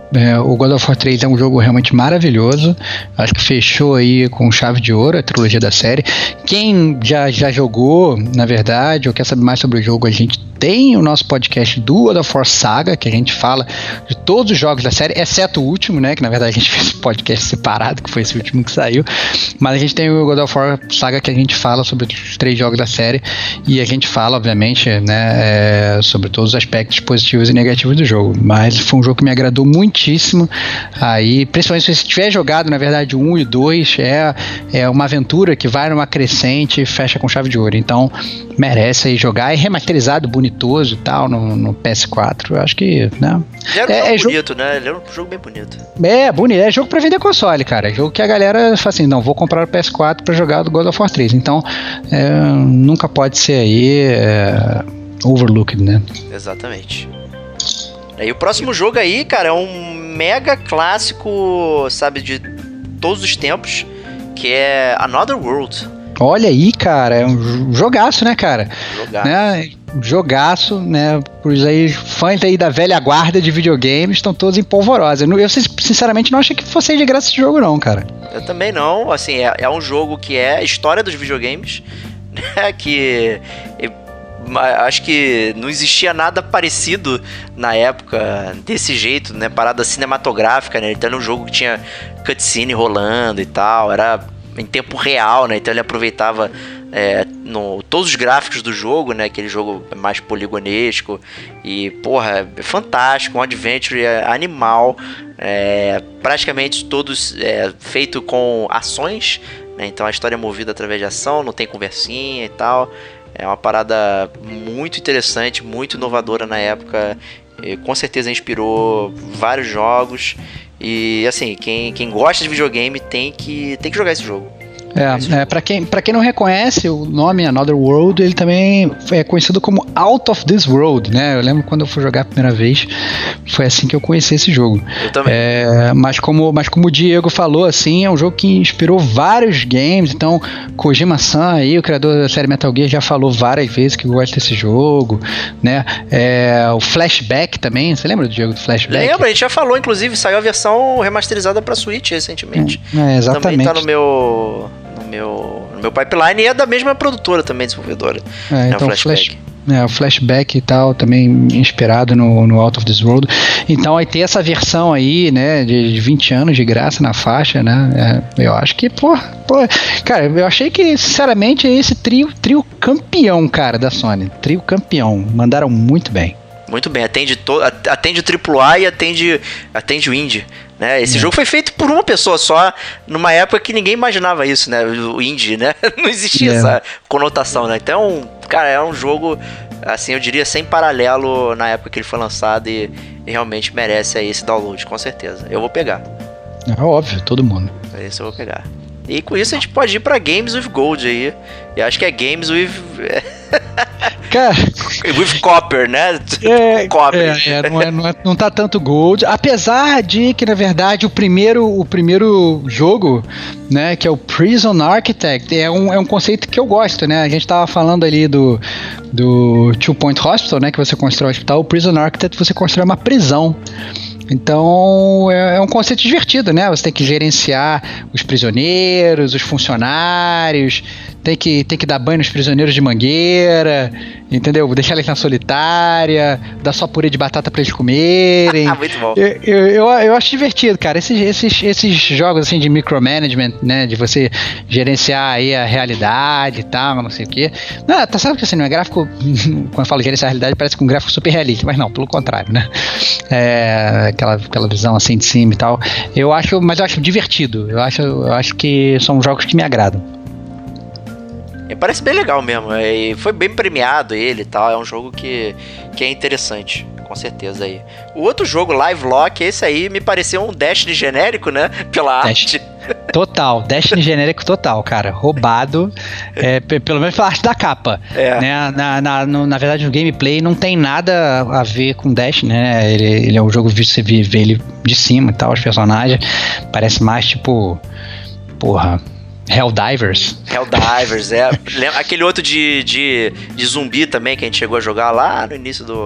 O God of War 3 é um jogo realmente maravilhoso. Acho que fechou aí com chave de ouro a trilogia da série. Quem já jogou, na verdade, ou quer saber mais sobre o jogo, a gente tem o nosso podcast do God of War Saga, que a gente fala de todos os jogos da série, exceto o último, né? Que na verdade a gente fez um podcast separado, que foi esse último que saiu. Mas a gente tem o God of War Saga, que a gente fala sobre os 3 jogos da série. E a gente fala, obviamente, né, sobre todos os aspectos positivos e negativos do jogo. Mas foi um jogo que me agradou muitíssimo. Aí, principalmente se você tiver jogado, na verdade, o 1 e 2, é uma aventura que vai numa crescente e fecha com chave de ouro. Então, merece aí jogar. É remasterizado, bonitoso e tal, no PS4. Eu acho que, né? Ele era um jogo bonito, né? Ele era um jogo bem bonito. É, bonito. É jogo pra vender console, cara. É jogo que a galera fala assim, não, vou comprar o PS4 pra jogar do God of War 3. Então, nunca pode ser aí overlooked, né? Exatamente. E o próximo jogo aí, cara, é um mega clássico, sabe, de todos os tempos, que é Another World. Olha aí, cara, é um jogaço, né, cara? Jogaço, né? Os aí, fãs aí da velha guarda de videogames estão todos em polvorosa. Eu, sinceramente, não achei que fosse de graça esse jogo, não, cara. Eu também não. Assim, é um jogo que é a história dos videogames, né? Que acho que não existia nada parecido na época desse jeito, né? Parada cinematográfica, né? Então era um jogo que tinha cutscene rolando e tal. Era em tempo real, né? Então ele aproveitava todos os gráficos do jogo, né? Aquele jogo mais poligonesco. E, porra, é fantástico, um adventure animal. Praticamente todos feito com ações, né? Então a história é movida através de ação, não tem conversinha e tal. É uma parada muito interessante, muito inovadora na época. E com certeza inspirou vários jogos. E assim, quem gosta de videogame tem que jogar esse jogo. Pra quem não reconhece o nome Another World, ele também é conhecido como Out of This World, né? Eu lembro quando eu fui jogar a primeira vez, foi assim que eu conheci esse jogo. Eu também. Mas como o Diego falou, assim, é um jogo que inspirou vários games. Então, Kojima-san aí, o criador da série Metal Gear, já falou várias vezes que gosta desse jogo, né? O Flashback também, você lembra do jogo do Flashback? Lembra, a gente já falou, inclusive, saiu a versão remasterizada pra Switch recentemente. Exatamente. Também tá no meu pipeline, e é da mesma produtora também, desenvolvedora. Então o Flashback e tal, também inspirado no Out of This World. Então aí ter essa versão aí, né, de 20 anos de graça na faixa, né, eu acho que, cara, eu achei que, sinceramente, esse trio campeão, cara, da Sony. Trio campeão, mandaram muito bem. Muito bem, atende o AAA e atende o Indie, né? Esse jogo foi feito por uma pessoa só, numa época que ninguém imaginava isso, né? O Indie, né? Não existia essa conotação, né? Então, cara, é um jogo, assim, eu diria, sem paralelo na época que ele foi lançado e realmente merece aí esse download, com certeza. Eu vou pegar. É óbvio, todo mundo. Esse eu vou pegar. E com isso a gente pode ir pra Games with Gold aí. Eu acho que é Games with... Cara, with Copper, né? Copper. Não tá tanto Gold. Apesar de que, na verdade, o primeiro jogo, né, que é o Prison Architect, é um conceito que eu gosto, né? A gente tava falando ali do Two Point Hospital, né, que você constrói um hospital. O Prison Architect, você constrói uma prisão. Então é um conceito divertido, né? Você tem que gerenciar os prisioneiros, os funcionários, tem que dar banho nos prisioneiros de mangueira, entendeu? Deixar eles na solitária, dar só purê de batata pra eles comerem. Muito bom. Eu acho divertido, cara. Esses jogos assim de micromanagement, né? De você gerenciar aí a realidade e tal, não sei o quê. Não, tá certo que assim, não é gráfico. Quando eu falo gerenciar a realidade, parece que um gráfico super realista, mas não, pelo contrário, né? Aquela visão assim de cima e tal. Mas eu acho divertido. Eu acho que são jogos que me agradam. Parece bem legal mesmo. Foi bem premiado ele e tal. É um jogo que é interessante, com certeza aí. O outro jogo, Live Lock, esse aí me pareceu um Destiny genérico, né? Pela arte. Total, Destiny genérico total, cara. Roubado, pelo menos pela arte da capa. Né? Na verdade, o gameplay não tem nada a ver com Destiny, né? Ele é um jogo visto, você vê ele de cima e tal, os personagens. Parece mais tipo... Porra... Helldivers, Aquele outro de zumbi também que a gente chegou a jogar lá no início do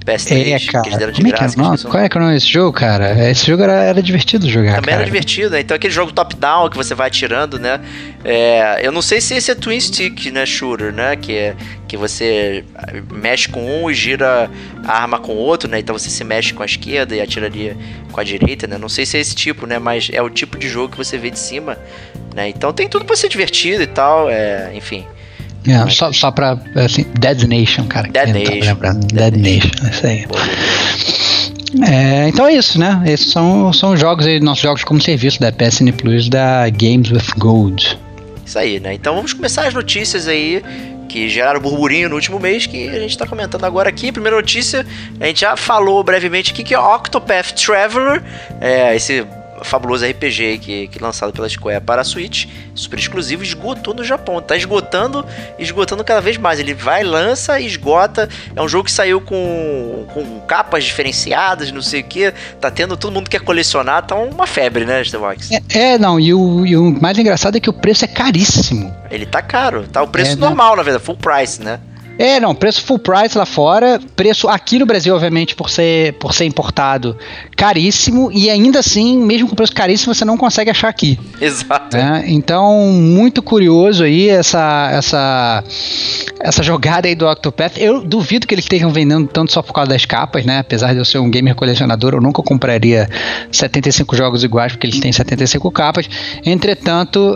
PS3, cara. que eles deram de Como graça. Qual é que é o nome desse jogo, cara? Esse jogo era divertido jogar, Também cara. era divertido, né? Então aquele jogo top-down que você vai atirando, né? Eu não sei se esse é Twin Stick, né? Shooter, né? Que você mexe com um e gira a arma com o outro, né? Então você se mexe com a esquerda e atiraria com a direita, né? Não sei se é esse tipo, né? Mas é o tipo de jogo que você vê de cima, né? Então tem tudo pra ser divertido e tal, enfim. Só pra, assim, Dead Nation, cara. Dead Nation. Dead Nation, isso aí. Então é isso, né? Esses são os jogos aí, nossos jogos como serviço da PSN Plus, da Games with Gold. Isso aí, né? Então vamos começar as notícias aí que geraram burburinho no último mês, que a gente tá comentando agora aqui. Primeira notícia, a gente já falou brevemente aqui, que é Octopath Traveler, esse fabuloso RPG que lançado pela Square para a Switch, super exclusivo, esgotou no Japão, tá esgotando cada vez mais, ele vai, lança e esgota. É um jogo que saiu com capas diferenciadas, não sei o que, tá tendo, todo mundo quer colecionar, tá uma febre, né, Starbox? E o mais engraçado é que o preço é caríssimo. Ele tá caro, tá o preço normal, na verdade, full price, né? Preço full price lá fora, preço aqui no Brasil, obviamente, por ser importado, caríssimo, e ainda assim, mesmo com preço caríssimo, você não consegue achar aqui. Exato. Então, muito curioso aí essa jogada aí do Octopath. Eu duvido que eles estejam vendendo tanto só por causa das capas, né? Apesar de eu ser um gamer colecionador, eu nunca compraria 75 jogos iguais, porque eles têm 75 capas. Entretanto,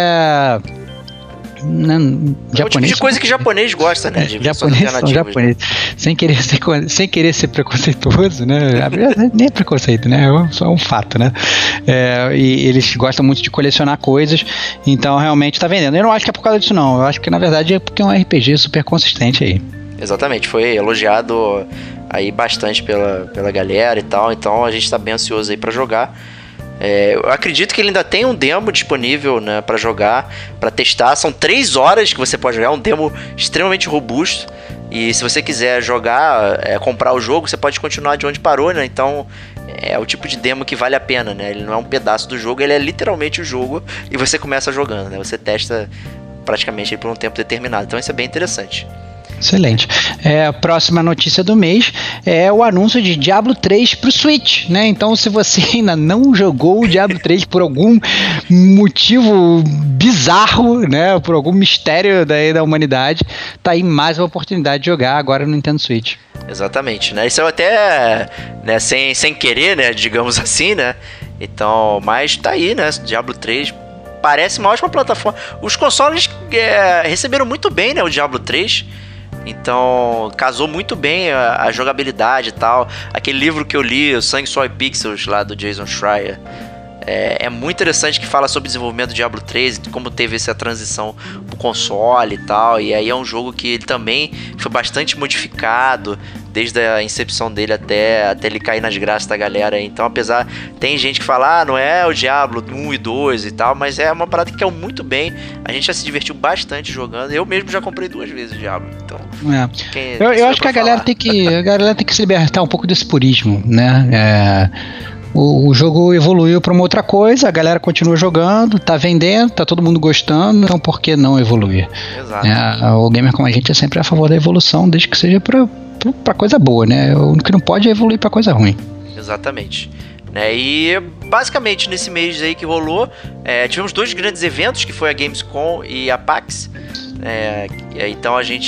é o tipo de coisa que japonês gosta, né? De japonês. Sem querer ser preconceituoso, né? Nem é preconceito, né? É só um fato, né? E eles gostam muito de colecionar coisas, então realmente tá vendendo. Eu não acho que é por causa disso, não. Eu acho que na verdade é porque é um RPG super consistente aí. Exatamente, foi elogiado aí bastante pela galera e tal, então a gente tá bem ansioso aí pra jogar. Eu acredito que ele ainda tem um demo disponível, né, para jogar, para testar. São 3 horas que você pode jogar, um demo extremamente robusto. E se você quiser jogar, comprar o jogo, você pode continuar de onde parou, né? Então é o tipo de demo que vale a pena, né? Ele não é um pedaço do jogo, ele é literalmente o jogo e você começa jogando, né? Você testa praticamente por um tempo determinado. Então isso é bem interessante. Excelente. A próxima notícia do mês é o anúncio de Diablo 3 pro Switch, né? Então, se você ainda não jogou o Diablo 3 por algum motivo bizarro, né? Por algum mistério da humanidade, tá aí mais uma oportunidade de jogar agora no Nintendo Switch. Exatamente, né? Isso é até, né, sem querer, né? Digamos assim, né? Então, mas tá aí, né? Diablo 3 parece uma ótima plataforma. Os consoles receberam muito bem, né? O Diablo 3. Então, casou muito bem a jogabilidade e tal. Aquele livro que eu li, o Sangue, Suor e Pixels, lá do Jason Schreier, é muito interessante, que fala sobre o desenvolvimento do Diablo 3, como teve essa transição pro console e tal. E aí é um jogo que ele também foi bastante modificado, desde a incepção dele até ele cair nas graças da galera. Então, apesar, tem gente que fala, não é o Diablo 1 e 2 e tal, mas é uma parada que caiu muito bem. A gente já se divertiu bastante jogando. Eu mesmo já comprei 2 vezes o Diablo. Então, eu acho que a galera tem que se libertar um pouco desse purismo, né? O jogo evoluiu para uma outra coisa, a galera continua jogando, tá vendendo, tá todo mundo gostando, então por que não evoluir? Exato. O gamer como a gente é sempre a favor da evolução, desde que seja pra coisa boa, né? O que não pode é evoluir pra coisa ruim. Exatamente. E basicamente nesse mês aí que rolou, tivemos 2 grandes eventos, que foi a Gamescom e a PAX. Então a gente,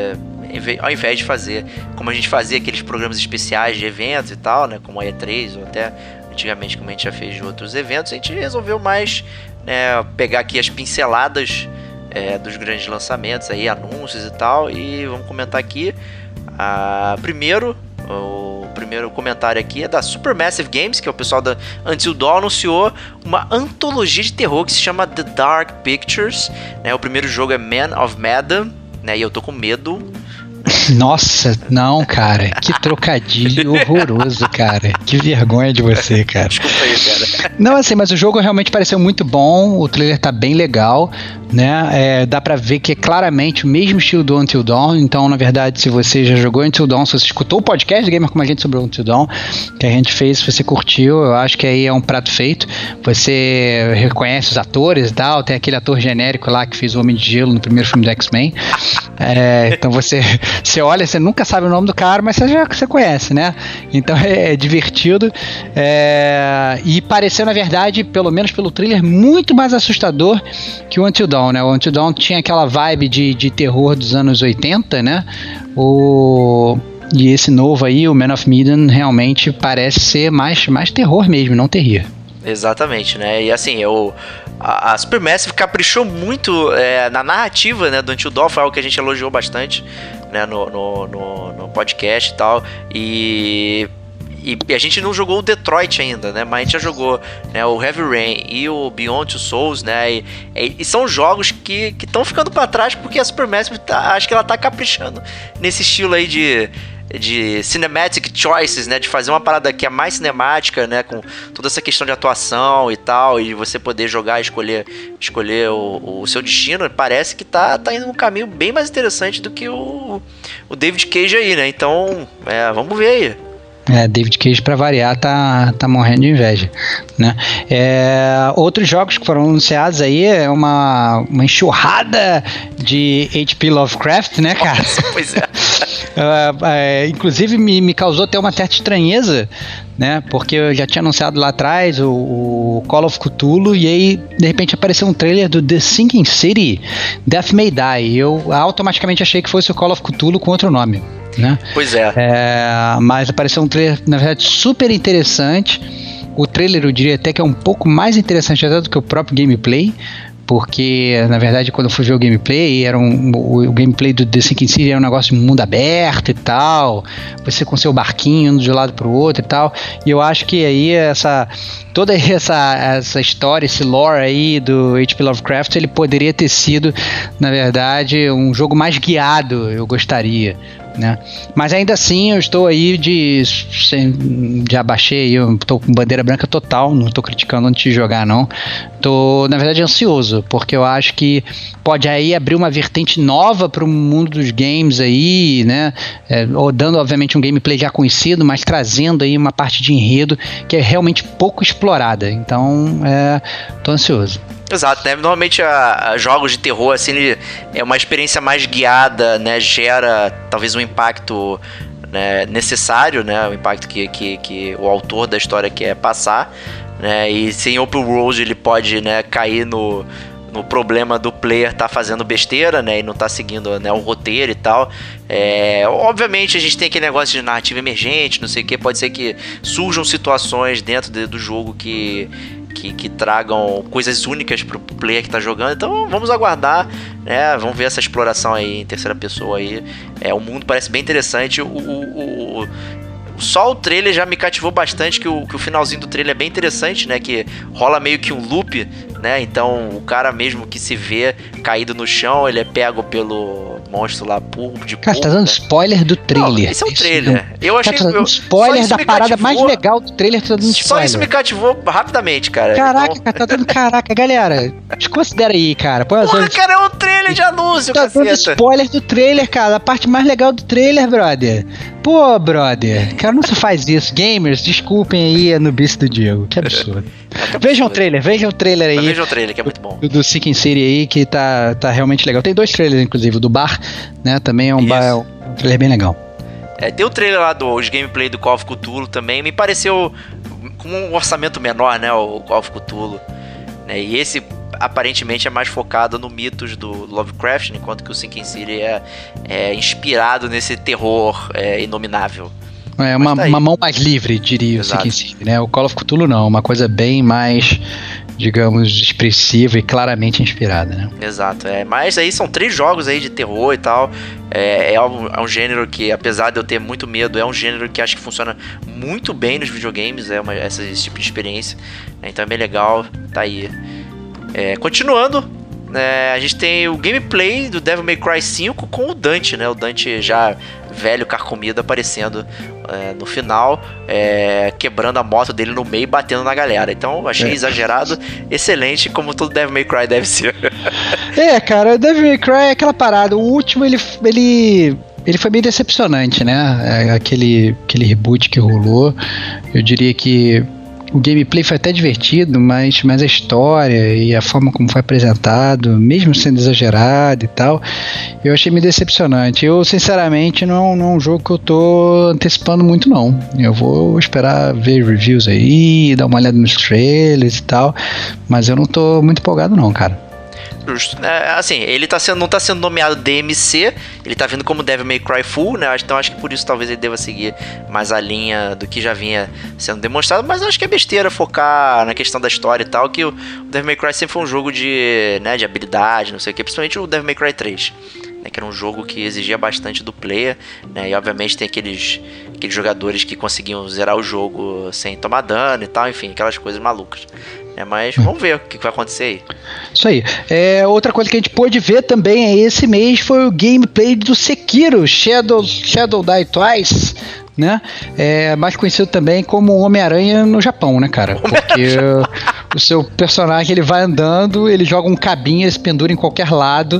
ao invés de fazer como a gente fazia aqueles programas especiais de eventos e tal, né, como a E3 ou até antigamente como a gente já fez de outros eventos, a gente resolveu mais, né, pegar aqui as pinceladas dos grandes lançamentos, aí, anúncios e tal, e vamos comentar aqui. O primeiro comentário aqui é da Supermassive Games, que é o pessoal da Until Dawn, anunciou uma antologia de terror que se chama The Dark Pictures, né? O primeiro jogo é Man of Medan, né? E eu tô com medo. Nossa, não, cara, que trocadilho horroroso, cara, que vergonha de você, cara. Desculpa aí, cara. Não, assim, mas o jogo realmente pareceu muito bom, o trailer tá bem legal, né? Dá pra ver que é claramente o mesmo estilo do Until Dawn, então, na verdade, se você já jogou Until Dawn, se você escutou o podcast do Gamer Como a Gente sobre o Until Dawn, que a gente fez, se você curtiu, eu acho que aí é um prato feito. Você reconhece os atores e tal, tem aquele ator genérico lá que fez o Homem de Gelo no primeiro filme do X-Men. Então você olha, você nunca sabe o nome do cara, mas você conhece, né? Então é divertido. E pareceu, na verdade, pelo menos pelo trailer, muito mais assustador que o Until Dawn, né? O Until Dawn tinha aquela vibe de terror dos anos 80, né? E esse novo aí, o Man of Medan, realmente parece ser mais terror mesmo, não terrir. Exatamente, né? E assim, a Supermassive caprichou muito na narrativa, né, do Until Dawn, foi algo que a gente elogiou bastante, né, no podcast e tal. E a gente não jogou o Detroit ainda, né? Mas a gente já jogou, né, o Heavy Rain e o Beyond Two Souls, né? E são jogos que estão ficando para trás porque a Supermassive acho que ela tá caprichando nesse estilo aí de cinematic choices, né, de fazer uma parada que é mais cinemática, né, com toda essa questão de atuação e tal, e você poder jogar, escolher o seu destino. Parece que tá indo um caminho bem mais interessante do que o David Cage aí, né? Então, vamos ver aí. David Cage, pra variar, tá morrendo de inveja, né? Outros jogos que foram anunciados aí é uma enxurrada de H.P. Lovecraft, né, cara? Pois é. Inclusive me causou até uma certa estranheza, né? Porque eu já tinha anunciado lá atrás o Call of Cthulhu, e aí de repente apareceu um trailer do The Sinking City, Death May Die, e eu automaticamente achei que fosse o Call of Cthulhu com outro nome, né? Pois é. Mas apareceu um trailer, na verdade, super interessante. O trailer eu diria até que é um pouco mais interessante até do que o próprio gameplay, porque, na verdade, quando eu fui ver o gameplay, o gameplay do The Sinking City era um negócio de mundo aberto e tal, você com seu barquinho indo de um lado pro outro e tal, e eu acho que aí toda essa história, esse lore aí do H.P. Lovecraft, ele poderia ter sido, na verdade, um jogo mais guiado, eu gostaria, né? Mas ainda assim eu estou aí já baixei, eu estou com bandeira branca total, não estou criticando antes de jogar não, estou na verdade ansioso, porque eu acho que pode aí abrir uma vertente nova para o mundo dos games aí, né? Ou dando obviamente um gameplay já conhecido, mas trazendo aí uma parte de enredo que é realmente pouco explorada, então estou ansioso. Exato, né? Normalmente jogos de terror, assim, é uma experiência mais guiada, né? Gera talvez um impacto, né, necessário, né? O impacto que o autor da história quer passar, né? E se em Open World ele pode, né, cair no problema do player tá fazendo besteira, né, e não tá seguindo, né, o roteiro e tal. Obviamente a gente tem aquele negócio de narrativa emergente, não sei o que, pode ser que surjam situações dentro do jogo que tragam coisas únicas pro player que tá jogando. Então vamos aguardar, né? Vamos ver essa exploração aí em terceira pessoa aí. O mundo parece bem interessante. Só o trailer já me cativou bastante, que o finalzinho do trailer é bem interessante, né? Que rola meio que um loop, né? Então o cara mesmo que se vê caído no chão, ele é pego pelo monstro lá de Cara, tá dando, né, spoiler do trailer. Não, esse é o trailer. Eu achei tá dando spoiler da parada mais legal do trailer, tá dando spoiler. Só isso me cativou rapidamente, cara. Caraca, então... cara, tá dando caraca, galera. Desconsidera aí, cara. Porra, cara, é um trailer de anúncio, tá dando spoiler do trailer, cara. A parte mais legal do trailer, brother. Pô, brother. Cara, não se faz isso. Gamers, desculpem aí a nubice do Diego. Que absurdo. Vejam o trailer aí. Vejam o trailer, que é muito bom. Do Sinking City aí, que tá realmente legal. Tem 2 trailers, inclusive. O do bar, né? Também é um trailer bem legal. Tem o trailer lá de gameplay do Call of Cthulhu também. Me pareceu com um orçamento menor, né? O Call of Cthulhu. Né, e esse aparentemente é mais focado no mitos do Lovecraft, enquanto que o Sinking City é inspirado nesse terror inominável. Uma mão mais livre, diria. Exato. O Sinking City, né? O Call of Cthulhu não, uma coisa bem mais, digamos, expressiva e claramente inspirada, né? Exato, mas aí são 3 jogos aí de terror e tal. É um gênero que, apesar de eu ter muito medo, é um gênero que acho que funciona muito bem nos videogames, esse tipo de experiência. Então é bem legal, tá aí. Continuando, a gente tem o gameplay do Devil May Cry 5 com o Dante, né? O Dante já velho carcomido aparecendo no final, quebrando a moto dele no meio e batendo na galera. Então eu achei exagerado, excelente, como todo Devil May Cry deve ser. Cara, Devil May Cry é aquela parada. O último, ele foi meio decepcionante, né? Aquele reboot que rolou. Eu diria que o gameplay foi até divertido, mas a história e a forma como foi apresentado, mesmo sendo exagerado e tal, eu achei meio decepcionante. Eu, sinceramente, não é um jogo que eu tô antecipando muito, não. Eu vou esperar ver reviews aí, dar uma olhada nos trailers e tal, mas eu não tô muito empolgado não, cara. Justo. Assim, ele não tá sendo nomeado DMC, ele tá vindo como Devil May Cry Full, né? Então acho que por isso talvez ele deva seguir mais a linha do que já vinha sendo demonstrado, mas acho que é besteira focar na questão da história e tal, que o Devil May Cry sempre foi um jogo de habilidade, não sei o que, principalmente o Devil May Cry 3. Que era um jogo que exigia bastante do player, né? E obviamente tem aqueles jogadores que conseguiam zerar o jogo sem tomar dano e tal, enfim, aquelas coisas malucas. Mas vamos ver o que vai acontecer aí. Isso aí. Outra coisa que a gente pôde ver também esse mês foi o gameplay do Sekiro, Shadow Die Twice, né? Mais conhecido também como Homem-Aranha no Japão, né, cara? Porque o seu personagem, ele vai andando, ele joga um cabinho, ele se pendura em qualquer lado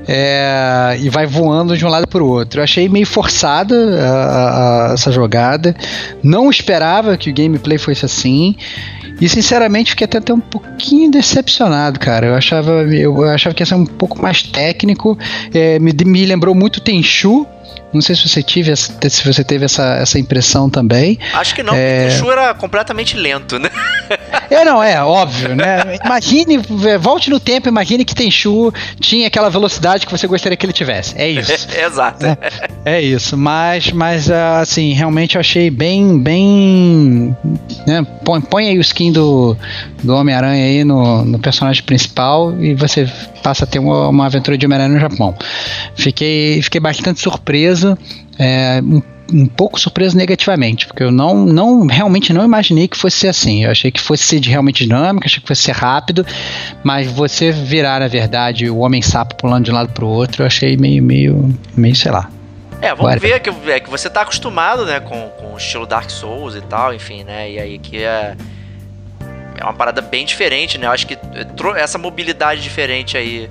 e vai voando de um lado para o outro. Eu achei meio forçada essa jogada, não esperava que o gameplay fosse assim. E sinceramente fiquei até um pouquinho decepcionado, cara. Eu achava que ia ser um pouco mais técnico. Me lembrou muito Tenchu. Não sei se você teve essa impressão também. Acho que não, porque o Tenchu era completamente lento, né? Óbvio, né? Imagine, volte no tempo, imagine que Tenchu tinha aquela velocidade que você gostaria que ele tivesse. É isso. Exato. É isso, mas assim, realmente eu achei bem, né? Põe aí o skin do Homem-Aranha aí no personagem principal e você passa a ter uma aventura de Homem-Aranha no Japão. Fiquei bastante surpreso, um pouco surpreso negativamente, porque eu realmente não imaginei que fosse ser assim. Eu achei que fosse ser realmente dinâmico, achei que fosse ser rápido, mas você virar, na verdade, o Homem-Sapo pulando de um lado pro outro, eu achei meio sei lá. Vamos ver que você tá acostumado, né, com o estilo Dark Souls e tal, enfim, né, e aí que é uma parada bem diferente, né, eu acho que essa mobilidade diferente aí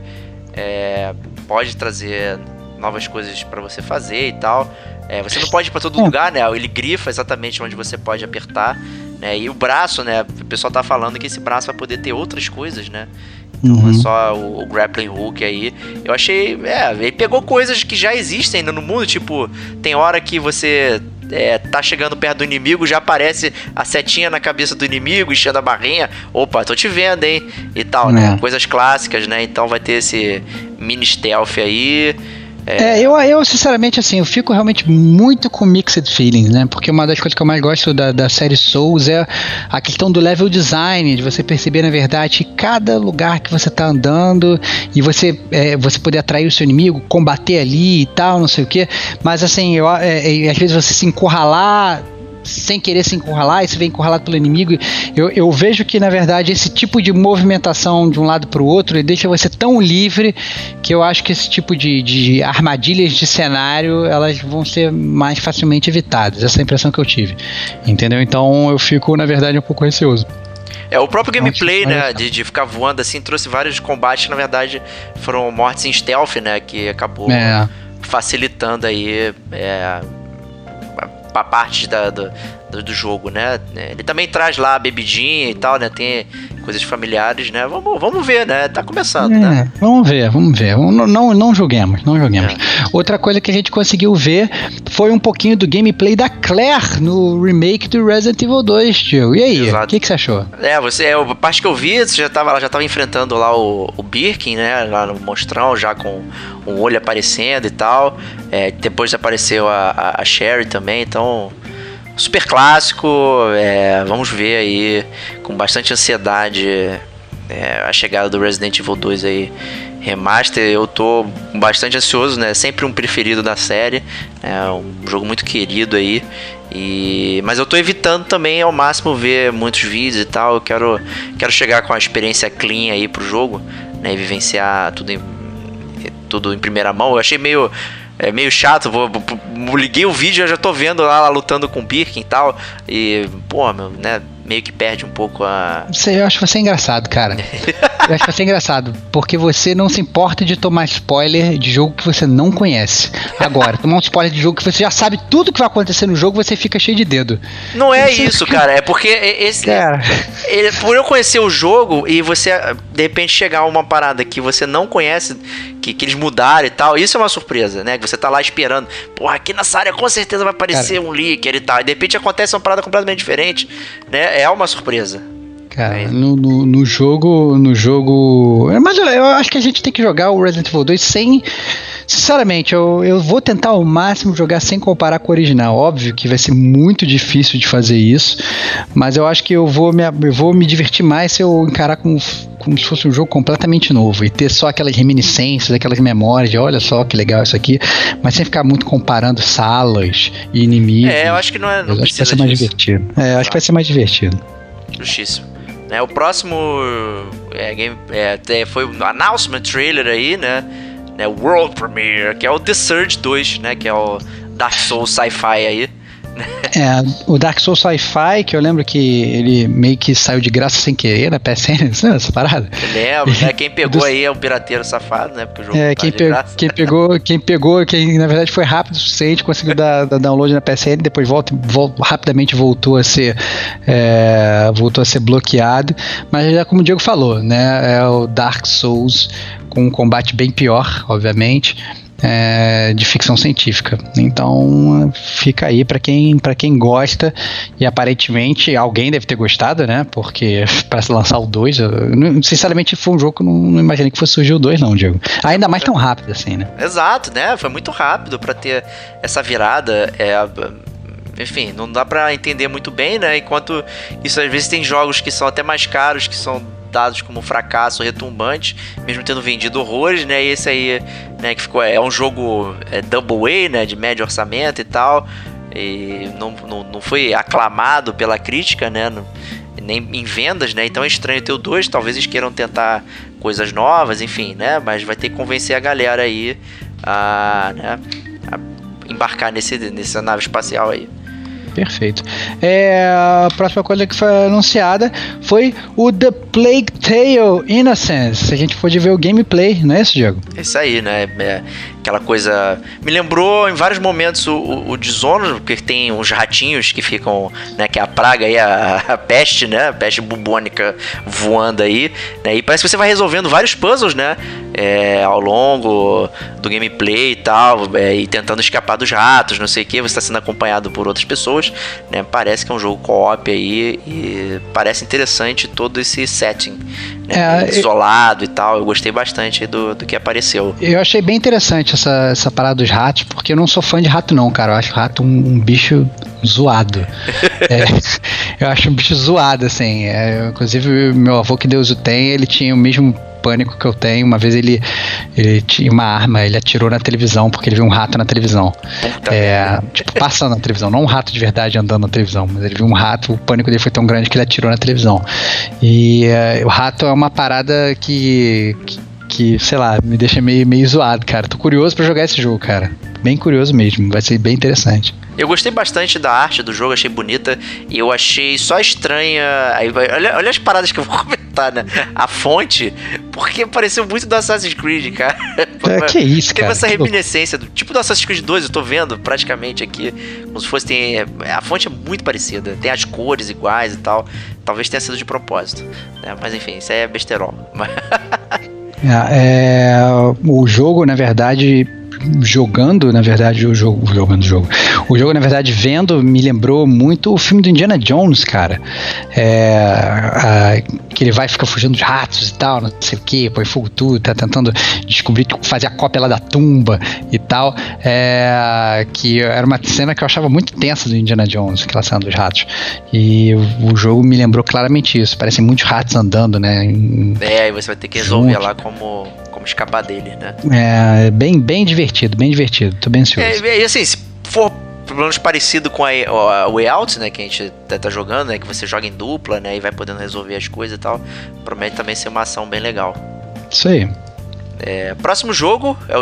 pode trazer novas coisas pra você fazer e tal. Você não pode ir pra todo lugar, né, ele grifa exatamente onde você pode apertar, né, e o braço, né, o pessoal tá falando que esse braço vai poder ter outras coisas, né. Então é só o grappling hook aí. Eu achei... ele pegou coisas que já existem ainda no mundo. Tipo, tem hora que você tá chegando perto do inimigo, já aparece a setinha na cabeça do inimigo, enchendo a barrinha. Opa, tô te vendo, hein? E tal, né? Coisas clássicas, né? Então vai ter esse mini stealth aí. Eu sinceramente, assim, eu fico realmente muito com mixed feelings, né? Porque uma das coisas que eu mais gosto da série Souls é a questão do level design, de você perceber, na verdade, cada lugar que você tá andando e você poder atrair o seu inimigo, combater ali e tal, não sei o quê. Mas, assim, às vezes você se encurralar sem querer se encurralar, e se vê encurralado pelo inimigo. Eu vejo que, na verdade, esse tipo de movimentação de um lado para o outro, ele deixa você tão livre que eu acho que esse tipo de armadilhas de cenário, elas vão ser mais facilmente evitadas. Essa é a impressão que eu tive, entendeu? Então eu fico, na verdade, um pouco receoso. O próprio gameplay, né, de ficar voando assim, trouxe vários combates que, na verdade, foram mortes em stealth, né, que acabou facilitando aí a parte do jogo, né? Ele também traz lá a bebidinha e tal, né? Tem coisas familiares, né? Vamos ver, né? Tá começando, né? Vamos ver. Não julguemos. Outra coisa que a gente conseguiu ver foi um pouquinho do gameplay da Claire no remake do Resident Evil 2, tio. E aí, o que você achou? A parte que eu vi, você já tava enfrentando lá o Birkin, né? Lá no monstrão, já com um olho aparecendo e tal. Depois apareceu a Sherry também, então... Super clássico, vamos ver aí com bastante ansiedade a chegada do Resident Evil 2 aí remaster. Eu tô bastante ansioso, né? Sempre um preferido da série, um jogo muito querido aí. Mas eu tô evitando também ao máximo ver muitos vídeos e tal. Eu quero chegar com a experiência clean aí pro jogo, né? E vivenciar tudo em primeira mão. Eu achei meio é meio chato, liguei o vídeo e já tô vendo lá lutando com o Birkin e tal, e, pô, meu, né, meio que perde um pouco a... Eu acho você engraçado, cara. Eu acho você engraçado, porque você não se importa de tomar spoiler de jogo que você não conhece. Agora, tomar um spoiler de jogo que você já sabe tudo que vai acontecer no jogo, você fica cheio de dedo. Não é isso, cara, é porque por eu conhecer o jogo e você, de repente, chegar a uma parada que você não conhece, que eles mudaram e tal, isso é uma surpresa, né? Que você tá lá esperando, porra, aqui nessa área com certeza vai aparecer um leaker e tal, e de repente acontece uma parada completamente diferente, né? É uma surpresa. Cara, no jogo... Mas eu acho que a gente tem que jogar o Resident Evil 2 sem... Sinceramente, eu vou tentar ao máximo jogar sem comparar com o original. Óbvio que vai ser muito difícil de fazer isso, mas eu acho que eu vou me divertir mais se eu encarar como se fosse um jogo completamente novo e ter só aquelas reminiscências, aquelas memórias de olha só que legal isso aqui, mas sem ficar muito comparando salas e inimigos. Eu acho que não acho que vai ser mais divertido. Acho que vai ser mais divertido. Justíssimo. O próximo foi o announcement trailer aí, né? World Premiere, que é o The Surge 2, né? Que é o Dark Souls Sci-Fi aí. O Dark Souls Sci-Fi, que eu lembro que ele meio que saiu de graça sem querer na PSN, não é essa parada? Eu lembro, né? Quem pegou aí é o pirateiro safado, né? Porque o jogo quem na verdade foi rápido o suficiente, conseguiu dar download na PSN, depois rapidamente voltou a ser bloqueado, mas já como o Diego falou, né? É o Dark Souls com um combate bem pior, obviamente. De ficção científica. Então fica aí pra quem gosta, e aparentemente alguém deve ter gostado, né? Porque para lançar o 2, sinceramente foi um jogo que eu não imaginei que fosse surgir o 2 não, Diego. Ainda mais tão rápido assim, né? Exato, né? Foi muito rápido pra ter essa virada. Enfim, não dá pra entender muito bem, né? Enquanto isso, às vezes tem jogos que são até mais caros, que são dados como fracasso retumbante, mesmo tendo vendido horrores, né? E esse aí, né, que ficou, é um jogo double A, né, de médio orçamento e tal, e não foi aclamado pela crítica, né, nem em vendas, né? Então é estranho ter o 2, talvez eles queiram tentar coisas novas, enfim, né? Mas vai ter que convencer a galera aí a embarcar nessa nave espacial aí. Perfeito. A próxima coisa que foi anunciada foi o The Plague Tale Innocence. A gente pôde ver o gameplay, não é isso, Diego? É isso aí, né? Aquela coisa... Me lembrou em vários momentos o Dishonored, porque tem uns ratinhos que ficam, né? Que é a praga aí, a peste, né? A peste bubônica voando aí, né? E parece que você vai resolvendo vários puzzles, né? Ao longo do gameplay e tal, e tentando escapar dos ratos, não sei o que. Você está sendo acompanhado por outras pessoas, né? Parece que é um jogo co-op aí, e parece interessante todo esse setting, né? Isolado e tal. Eu gostei bastante do que apareceu. Eu achei bem interessante essa parada dos ratos, porque eu não sou fã de rato não, cara. Eu acho rato um bicho zoado. Eu acho um bicho zoado, assim. Inclusive, meu avô, que Deus o tem, ele tinha o mesmo pânico que eu tenho. Uma vez ele tinha uma arma, ele atirou na televisão porque ele viu um rato na televisão. Tipo, passando na televisão, não um rato de verdade andando na televisão, mas ele viu um rato, o pânico dele foi tão grande que ele atirou na televisão. E o rato é uma parada que sei lá, me deixa meio zoado, cara. Tô curioso pra jogar esse jogo, cara. Bem curioso mesmo, vai ser bem interessante. Eu gostei bastante da arte do jogo, achei bonita, e eu achei só estranha. Olha as paradas que eu vou comentar, né? A fonte, porque pareceu muito do Assassin's Creed, cara. Que isso, cara. Teve essa reminiscência, tipo do Assassin's Creed 2, eu tô vendo praticamente aqui, como se fosse. A fonte é muito parecida, tem as cores iguais e tal. Talvez tenha sido de propósito, né? Mas enfim, isso aí é besterol. O jogo, na verdade, jogando, na verdade, o jogo, na verdade, vendo, me lembrou muito o filme do Indiana Jones, cara. Que ele ficar fugindo dos ratos e tal, não sei o que, põe fogo tudo, tá tentando descobrir, fazer a cópia lá da tumba e tal. Que era uma cena que eu achava muito tensa do Indiana Jones, aquela cena dos ratos. E o jogo me lembrou claramente isso. Parecem muitos ratos andando, né? E você vai ter que resolver lá como escapar dele, né? Bem divertido, bem divertido. Tô bem ansioso. E assim, se for pelo menos parecido com a Way Out, né, que a gente tá jogando, né, que você joga em dupla, né, e vai podendo resolver as coisas e tal, promete também ser uma ação bem legal. Isso aí. Próximo jogo é o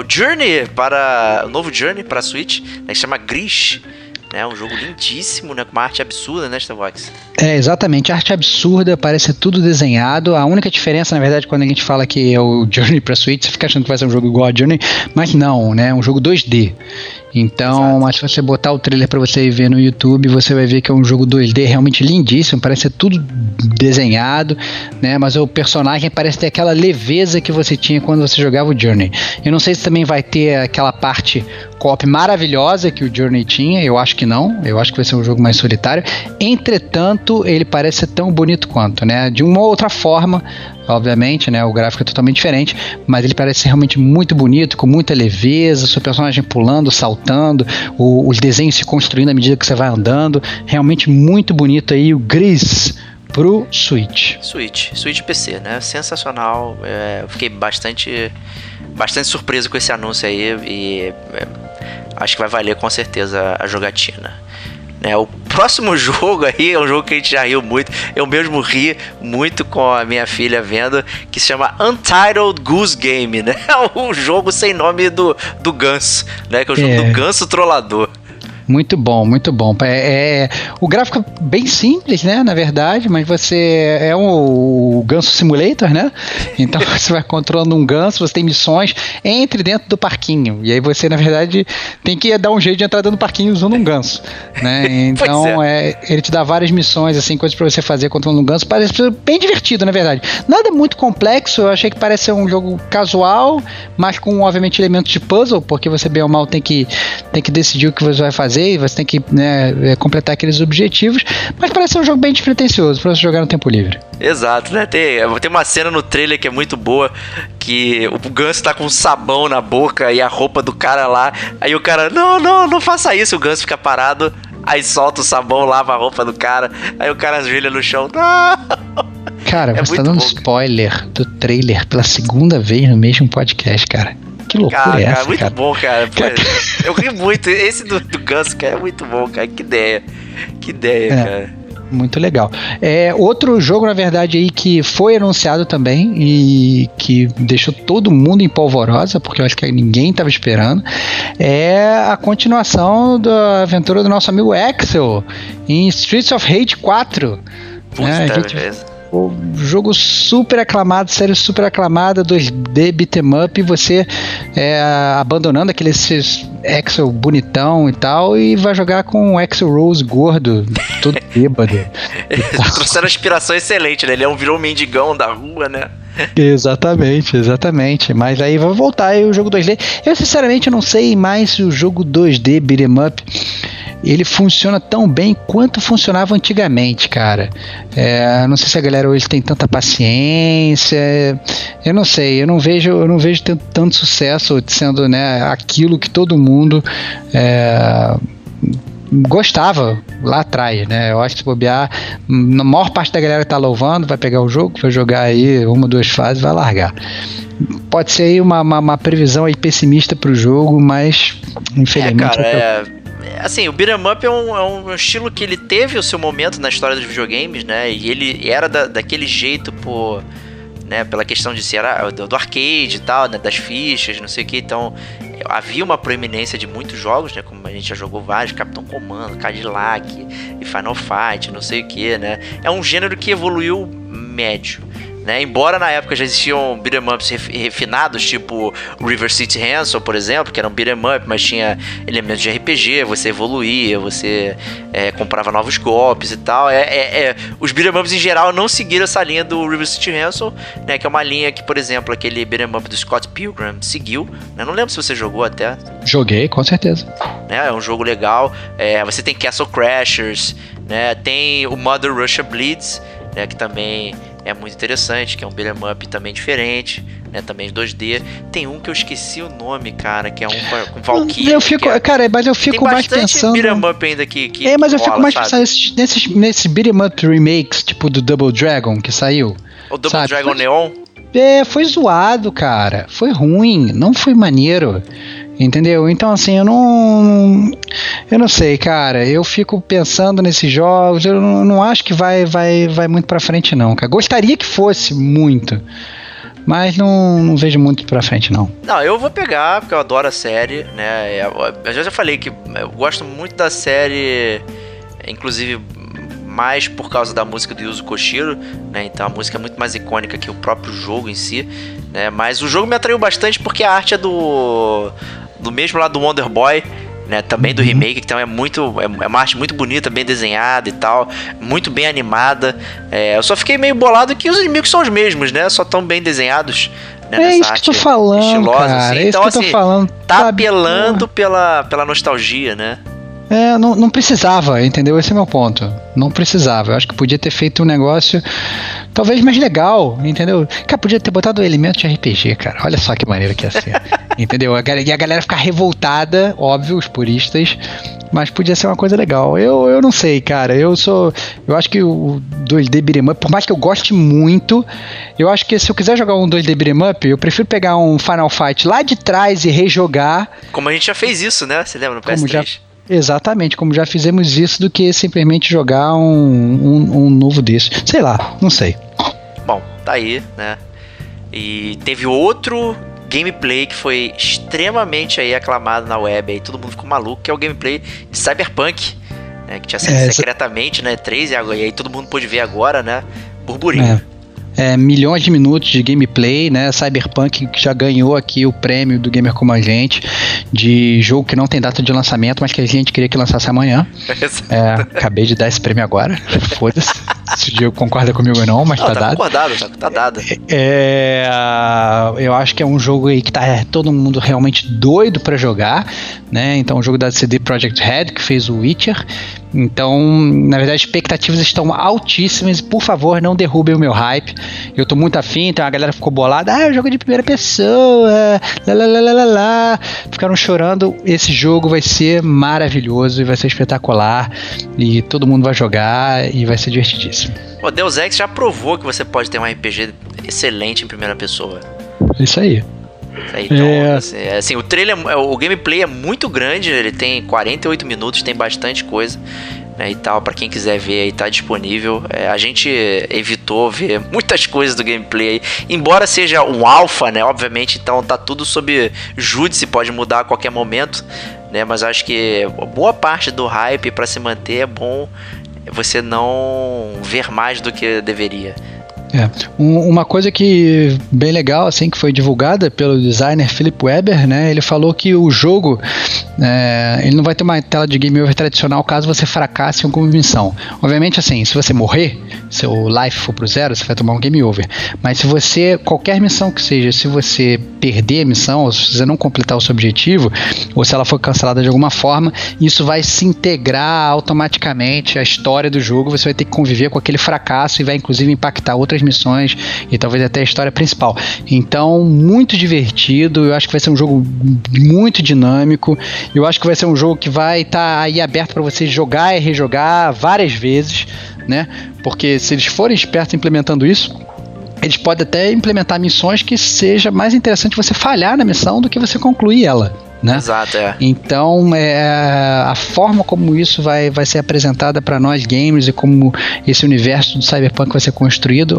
o novo Journey para Switch, né, que se chama Gris. É um jogo lindíssimo, né? Com uma arte absurda, né, Starvox? Exatamente. Arte absurda, parece tudo desenhado. A única diferença, na verdade, quando a gente fala que é o Journey pra Switch, você fica achando que vai ser um jogo igual a Journey, mas não, né? É um jogo 2D. Então, exato. Mas se você botar o trailer pra você ver no YouTube, você vai ver que é um jogo 2D realmente lindíssimo, parece ser tudo desenhado, né? Mas o personagem parece ter aquela leveza que você tinha quando você jogava o Journey. Eu não sei se também vai ter aquela parte co-op maravilhosa que o Journey tinha, eu acho que não, eu acho que vai ser um jogo mais solitário. Entretanto, ele parece ser tão bonito quanto, né? De uma outra forma, obviamente, né? O gráfico é totalmente diferente, mas ele parece ser realmente muito bonito, com muita leveza, seu personagem pulando, saltando, os desenhos se construindo à medida que você vai andando, realmente muito bonito aí o Gris pro Switch PC, né? Sensacional. Eu fiquei bastante surpreso com esse anúncio aí e acho que vai valer com certeza a jogatina. O próximo jogo aí é um jogo que a gente já riu muito. Eu mesmo ri muito com a minha filha vendo, que se chama Untitled Goose Game, né? O jogo sem nome do ganso, né? Que é o jogo do ganso trollador. Muito bom, muito bom. O gráfico é bem simples, né, na verdade, mas você é o Ganso Simulator, né? Então você vai controlando um ganso, você tem missões, entre dentro do parquinho, e aí você, na verdade, tem que dar um jeito de entrar dentro do parquinho usando um ganso, né? Então ele te dá várias missões, assim, coisas pra você fazer controlando um ganso. Parece bem divertido, na verdade. Nada muito complexo, eu achei que parece ser um jogo casual, mas com, obviamente, elementos de puzzle, porque você, bem ou mal, tem que decidir o que você vai fazer, e você tem que, né, completar aqueles objetivos, mas parece ser um jogo bem despretensioso para você jogar no tempo livre. Exato, né? Tem uma cena no trailer que é muito boa, que o ganso tá com sabão na boca e a roupa do cara lá, aí o cara, não faça isso, o ganso fica parado, aí solta o sabão, lava a roupa do cara, aí o cara ajoelha no chão, não! Cara, você tá dando spoiler do trailer pela segunda vez no mesmo podcast, cara. Que loucura é essa, cara? Muito bom, cara. Eu ri muito. Esse do ganso, cara, é muito bom, cara. Que ideia, cara. Muito legal. Outro jogo, na verdade, aí que foi anunciado também e que deixou todo mundo em polvorosa, porque eu acho que ninguém estava esperando, é a continuação da aventura do nosso amigo Axel em Streets of Rage 4. O jogo super aclamado, série super aclamada, 2D beat'em up, e você abandonando aquele Axel bonitão e tal, e vai jogar com o Axel Rose gordo, todo bêbado. Trouxeram inspiração excelente, né? Ele virou um mendigão da rua, né? Exatamente. Mas aí vai voltar aí o jogo 2D. Eu sinceramente não sei mais se o jogo 2D beat'em up ele funciona tão bem quanto funcionava antigamente, cara. Não sei se a galera hoje tem tanta paciência. Eu não sei, eu não vejo tanto sucesso sendo, né, aquilo que todo mundo gostava lá atrás, né? Eu acho que se bobear, a maior parte da galera que tá louvando vai pegar o jogo, vai jogar aí 1 ou 2 fases e vai largar. Pode ser aí uma previsão aí pessimista pro jogo, mas infelizmente... Assim, o beat'em up é um estilo que ele teve o seu momento na história dos videogames, né? E ele era daquele jeito né, pela questão de ser do arcade e tal, né, das fichas, não sei o que. Então havia uma proeminência de muitos jogos, né, como a gente já jogou vários, Capitão Comando, Cadillac e Final Fight, não sei o que, né. É um gênero que evoluiu médio, né? Embora na época já existiam beat'em ups refinados, tipo River City Ransom, por exemplo, que era um beat'em up, mas tinha elementos de RPG, você evoluía, você comprava novos golpes e tal. Os beat'em ups em geral não seguiram essa linha do River City Ransom, né? Que é uma linha que, por exemplo, aquele beat'em up do Scott Pilgrim seguiu, né? Não lembro se você jogou até. Joguei, com certeza. É um jogo legal. Você tem Castle Crashers, né? Tem o Mother Russia Bleeds, né? Que também é muito interessante, que é um beat'em up também diferente, né, também 2D. Tem um que eu esqueci o nome, cara, que é um com Valkyrie. Mas eu fico mais pensando... Tem bastante beat'em up ainda que mas eu fico mais pensando nesses beat'em up remakes, tipo do Double Dragon, que saiu. O Double Dragon Neon? Foi zoado, cara. Foi ruim, não foi maneiro. Entendeu? Então, assim, eu não sei, cara. Eu fico pensando nesses jogos. Eu não acho que vai muito pra frente, não, cara. Gostaria que fosse muito, mas não vejo muito pra frente, não. Não, eu vou pegar, porque eu adoro a série, né? Eu já falei que eu gosto muito da série, inclusive mais por causa da música do Yuzo Koshiro, né? Então a música é muito mais icônica que o próprio jogo em si, né? Mas o jogo me atraiu bastante porque a arte é do mesmo lá do Wonder Boy, né? Também do remake, que também é uma arte muito bonita, bem desenhada e tal, muito bem animada. Eu só fiquei meio bolado que os inimigos são os mesmos, né? Só tão bem desenhados. Né, isso que eu tô falando, estilosa, cara. Assim. Então, isso que eu tô falando. Tá apelando pela nostalgia, né? Não precisava, entendeu? Esse é o meu ponto. Não precisava. Eu acho que podia ter feito um negócio talvez mais legal, entendeu? Cara, podia ter botado elementos de RPG, cara. Olha só que maneira que ia ser. Entendeu? E a galera ficar revoltada, óbvio, os puristas, mas podia ser uma coisa legal. Eu não sei, cara. Eu acho que o 2D beat'em up, por mais que eu goste muito, eu acho que se eu quiser jogar um 2D beat'em up, eu prefiro pegar um Final Fight lá de trás e rejogar. Como a gente já fez isso, né? Você lembra no PS3? Exatamente, como já fizemos isso, do que simplesmente jogar um novo desse. Sei lá, não sei. Bom, tá aí, né? E teve outro gameplay que foi extremamente aí aclamado na web, aí todo mundo ficou maluco, que é o gameplay de Cyberpunk, né? Que tinha sido secretamente, né? 3 e aí todo mundo pôde ver agora, né? Burburinho. Milhões de minutos de gameplay, né? Cyberpunk que já ganhou aqui o prêmio do Gamer Como a Gente, de jogo que não tem data de lançamento, mas que a gente queria que lançasse amanhã. Acabei de dar esse prêmio agora. Foda-se. Se o Diego concorda comigo ou não, mas tá dado. Tá dado. Eu acho que é um jogo aí que tá todo mundo realmente doido pra jogar, né? Então, o jogo da CD Projekt Red, que fez o Witcher. Então, na verdade, as expectativas estão altíssimas. Por favor, não derrubem o meu hype. Eu tô muito afim, então a galera ficou bolada. O jogo é de primeira pessoa. Ficaram chorando. Esse jogo vai ser maravilhoso e vai ser espetacular. E todo mundo vai jogar e vai ser divertidíssimo. O Deus Ex já provou que você pode ter um RPG excelente em primeira pessoa. Isso aí. Então, assim, o trailer, o gameplay é muito grande, ele tem 48 minutos, tem bastante coisa, né, e tal, pra quem quiser ver aí, tá disponível. A gente evitou ver muitas coisas do gameplay aí, embora seja um alpha, né, obviamente, então tá tudo sob júdice, pode mudar a qualquer momento, né, mas acho que boa parte do hype pra se manter é bom você não ver mais do que deveria. Uma coisa que bem legal, assim, que foi divulgada pelo designer Philip Weber, né? Ele falou que o jogo ele não vai ter uma tela de game over tradicional caso você fracasse em alguma missão. Obviamente, assim, se você morrer, seu life for pro zero, você vai tomar um game over. Mas se você, qualquer missão que seja, se você perder a missão, ou se você não completar o seu objetivo, ou se ela for cancelada de alguma forma, isso vai se integrar automaticamente à história do jogo. Você vai ter que conviver com aquele fracasso e vai inclusive impactar outras missões e talvez até a história principal. Então, muito divertido. Eu acho que vai ser um jogo muito dinâmico. Eu acho que vai ser um jogo que vai estar aí aberto para você jogar e rejogar várias vezes, né? Porque se eles forem espertos implementando isso, eles podem até implementar missões que seja mais interessante você falhar na missão do que você concluir ela, né? Exato, Então, a forma como isso vai ser apresentada para nós gamers e como esse universo do Cyberpunk vai ser construído,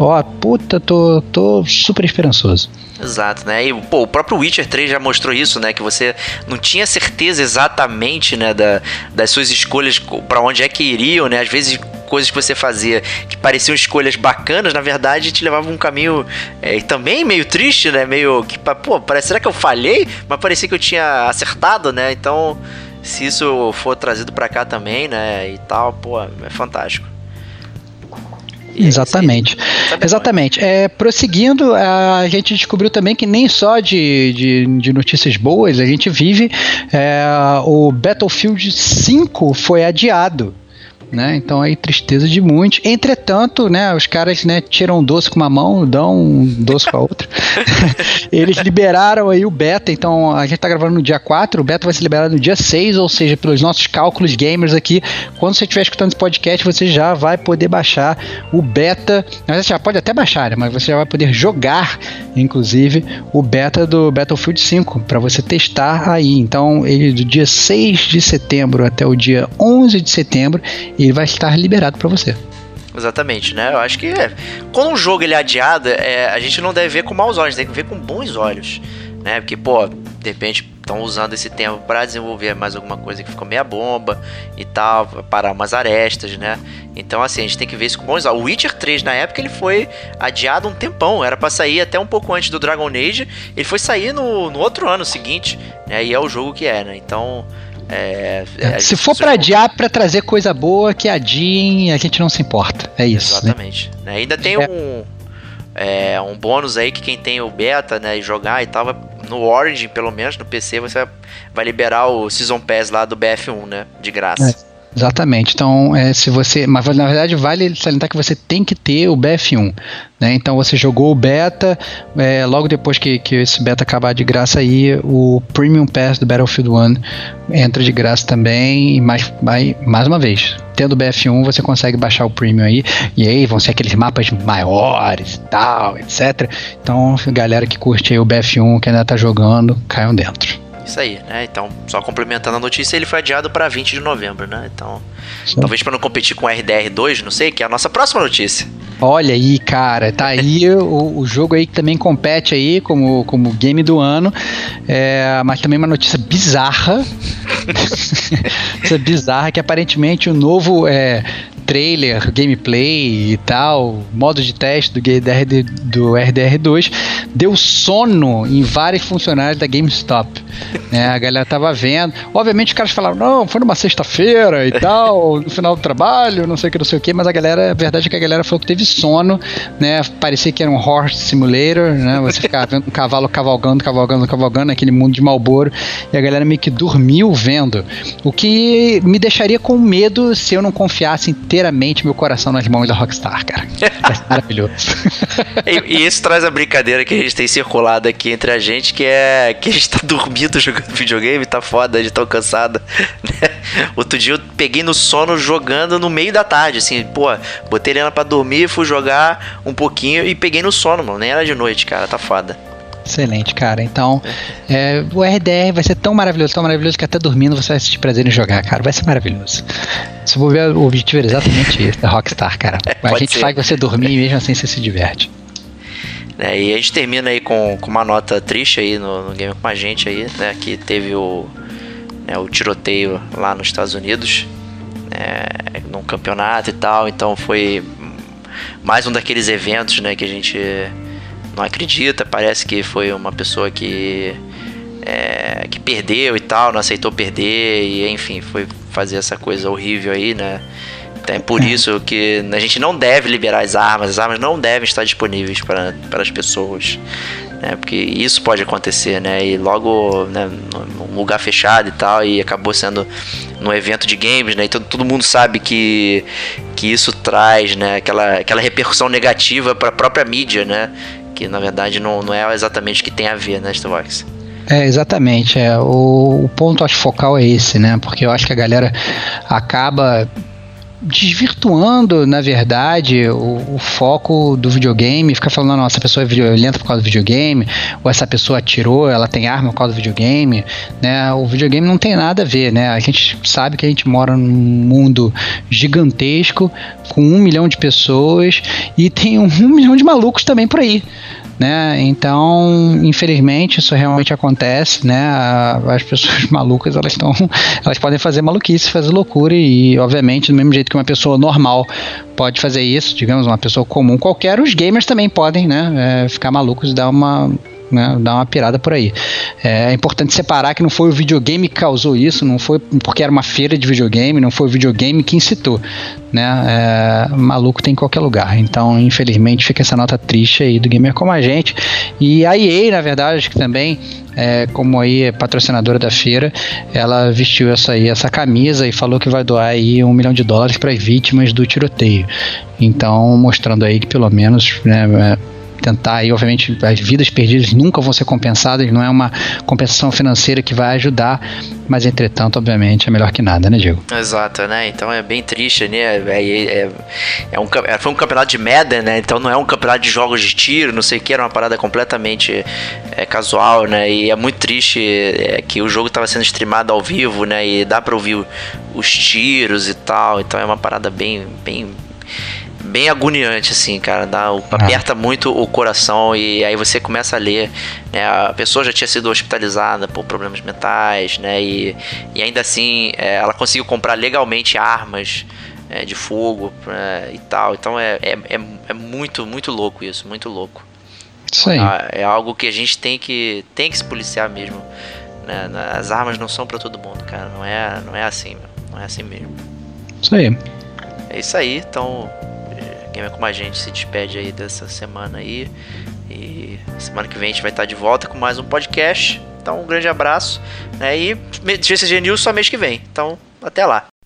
tô super esperançoso. Exato, né? E o próprio Witcher 3 já mostrou isso, né? Que você não tinha certeza exatamente, né, das suas escolhas, para onde é que iriam, né? Às vezes coisas que você fazia que pareciam escolhas bacanas, na verdade te levavam um caminho também meio triste, né? Meio que, será que eu falhei? Mas parecia que eu tinha acertado, né? Então, se isso for trazido pra cá também, né? E tal, é fantástico. Exatamente. Prosseguindo, a gente descobriu também que nem só de notícias boas a gente vive. O Battlefield 5 foi adiado, né? Então aí tristeza de muitos. Entretanto, né, os caras, né, tiram um doce com uma mão, dão um doce com a outra. Eles liberaram aí o beta. Então a gente tá gravando no dia 4, o beta vai ser liberado no dia 6, ou seja, pelos nossos cálculos gamers aqui, quando você estiver escutando esse podcast, você já vai poder baixar o beta. Você já pode até baixar, né, mas você já vai poder jogar, inclusive, o beta do Battlefield 5, para você testar aí. Então ele do dia 6 de setembro até o dia 11 de setembro, ele vai estar liberado para você. Exatamente, né? Eu acho que quando um jogo ele é adiado, a gente não deve ver com maus olhos, tem que ver com bons olhos, né? Porque, pô, de repente estão usando esse tempo para desenvolver mais alguma coisa que ficou meia bomba e tal, parar umas arestas, né? Então, assim, a gente tem que ver isso com bons olhos. O Witcher 3, na época, ele foi adiado um tempão, era pra sair até um pouco antes do Dragon Age, ele foi sair no outro ano seguinte, né? E é o jogo que é, né? Então... se for pra adiar, pra trazer coisa boa, que adiem, a gente não se importa. É isso. Exatamente. Né? Ainda tem um bônus aí que quem tem o beta, né, e jogar e tal, no Origin, pelo menos, no PC, você vai liberar o Season Pass lá do BF1, né, de graça. Exatamente. Então, se você... Mas, na verdade, vale salientar que você tem que ter o BF1, né? Então, você jogou o beta, logo depois que esse beta acabar de graça aí, o Premium Pass do Battlefield 1 entra de graça também, mais uma vez, tendo o BF1, você consegue baixar o Premium aí, e aí vão ser aqueles mapas maiores e tal, etc. Então, galera que curte aí o BF1, que ainda tá jogando, caiam dentro. Isso aí, né? Então, só complementando a notícia, ele foi adiado para 20 de novembro, né? Então, talvez para não competir com o RDR2, não sei, que é a nossa próxima notícia. Olha aí, cara, tá aí o jogo aí que também compete aí como game do ano, mas também uma notícia bizarra. Notícia bizarra que aparentemente o novo trailer, gameplay e tal, modo de teste do RDR2 deu sono em vários funcionários da GameStop, né? A galera tava vendo, obviamente os caras falaram, não, foi numa sexta-feira e tal, no final do trabalho, não sei o que, mas a verdade é que a galera falou que teve sono, né? Parecia que era um horse simulator, né? Você ficava vendo um cavalo cavalgando naquele mundo de Marlboro, e a galera meio que dormiu vendo, o que me deixaria com medo se eu não confiasse inteiramente meu coração nas mãos da Rockstar, cara. É maravilhoso. E isso traz a brincadeira que a gente tem circulado aqui entre a gente, que a gente tá dormindo jogando videogame, tá foda, a gente tá cansado, né? Outro dia eu peguei no sono jogando no meio da tarde, assim, pô, botei Helena pra dormir, fui jogar um pouquinho e peguei no sono, mano, nem era de noite, cara, tá foda. Excelente, cara. Então, o RDR vai ser tão maravilhoso que até dormindo você vai sentir prazer em jogar, cara. Vai ser maravilhoso. Se eu vou ver, o objetivo é exatamente esse, da Rockstar, cara. A gente faz você dormir e mesmo assim você se diverte. E a gente termina aí com uma nota triste aí no Game com a gente aí, né? Que teve o tiroteio lá nos Estados Unidos, num campeonato e tal. Então foi mais um daqueles eventos, né, que a gente não acredita. Parece que foi uma pessoa que perdeu e tal, não aceitou perder e enfim, foi fazer essa coisa horrível aí, né? Então é por isso que a gente não deve liberar as armas não devem estar disponíveis para as pessoas, né? Porque isso pode acontecer, né? E logo, né, num lugar fechado e tal, e acabou sendo num evento de games, né? E todo mundo sabe que isso traz, né, aquela repercussão negativa para a própria mídia, né? Que na verdade não é exatamente o que tem a ver, né, Starvox? Exatamente. O ponto, acho, focal é esse, né? Porque eu acho que a galera acaba desvirtuando, na verdade, o foco do videogame, fica falando, não, essa pessoa é violenta por causa do videogame, ou essa pessoa atirou, ela tem arma por causa do videogame, né? O videogame não tem nada a ver, né? A gente sabe que a gente mora num mundo gigantesco, com 1 milhão de pessoas, e tem 1 milhão de malucos também por aí, né? Então, infelizmente, isso realmente acontece, né? As pessoas malucas, elas podem fazer maluquice, fazer loucura, e obviamente, do mesmo jeito que uma pessoa normal pode fazer isso, digamos, uma pessoa comum qualquer, os gamers também podem, né, ficar malucos e dar uma pirada por aí. É importante separar que não foi o videogame que causou isso, não foi porque era uma feira de videogame, não foi o videogame que incitou, né? Maluco tem em qualquer lugar. Então, infelizmente, fica essa nota triste aí do gamer como a gente. E a EA, na verdade, que também como aí é patrocinadora da feira, ela vestiu essa camisa e falou que vai doar aí $1 milhão para as vítimas do tiroteio. Então, mostrando aí que pelo menos, né, tentar aí, obviamente, as vidas perdidas nunca vão ser compensadas, não é uma compensação financeira que vai ajudar, mas entretanto, obviamente, é melhor que nada, né, Diego? Exato, né? Então é bem triste, né? Foi um campeonato de Madden, né? Então não é um campeonato de jogos de tiro, não sei o que, era uma parada completamente casual, né? E é muito triste que o jogo estava sendo streamado ao vivo, né? E dá pra ouvir os tiros e tal, então é uma parada bem bem agoniante, assim, cara. Aperta muito o coração e aí você começa a ler, né? A pessoa já tinha sido hospitalizada por problemas mentais, né? E ainda assim, ela conseguiu comprar legalmente armas de fogo e tal. Então é muito, muito louco isso, muito louco. Isso aí. É algo que a gente tem que se policiar mesmo, né? As armas não são pra todo mundo, cara. Não é assim, meu. Não é assim mesmo. Isso aí. É isso aí, então Gamer Como a Gente se despede aí dessa semana aí. E semana que vem a gente vai estar de volta com mais um podcast. Então um grande abraço, né? E GCG News só mês que vem. Então até lá.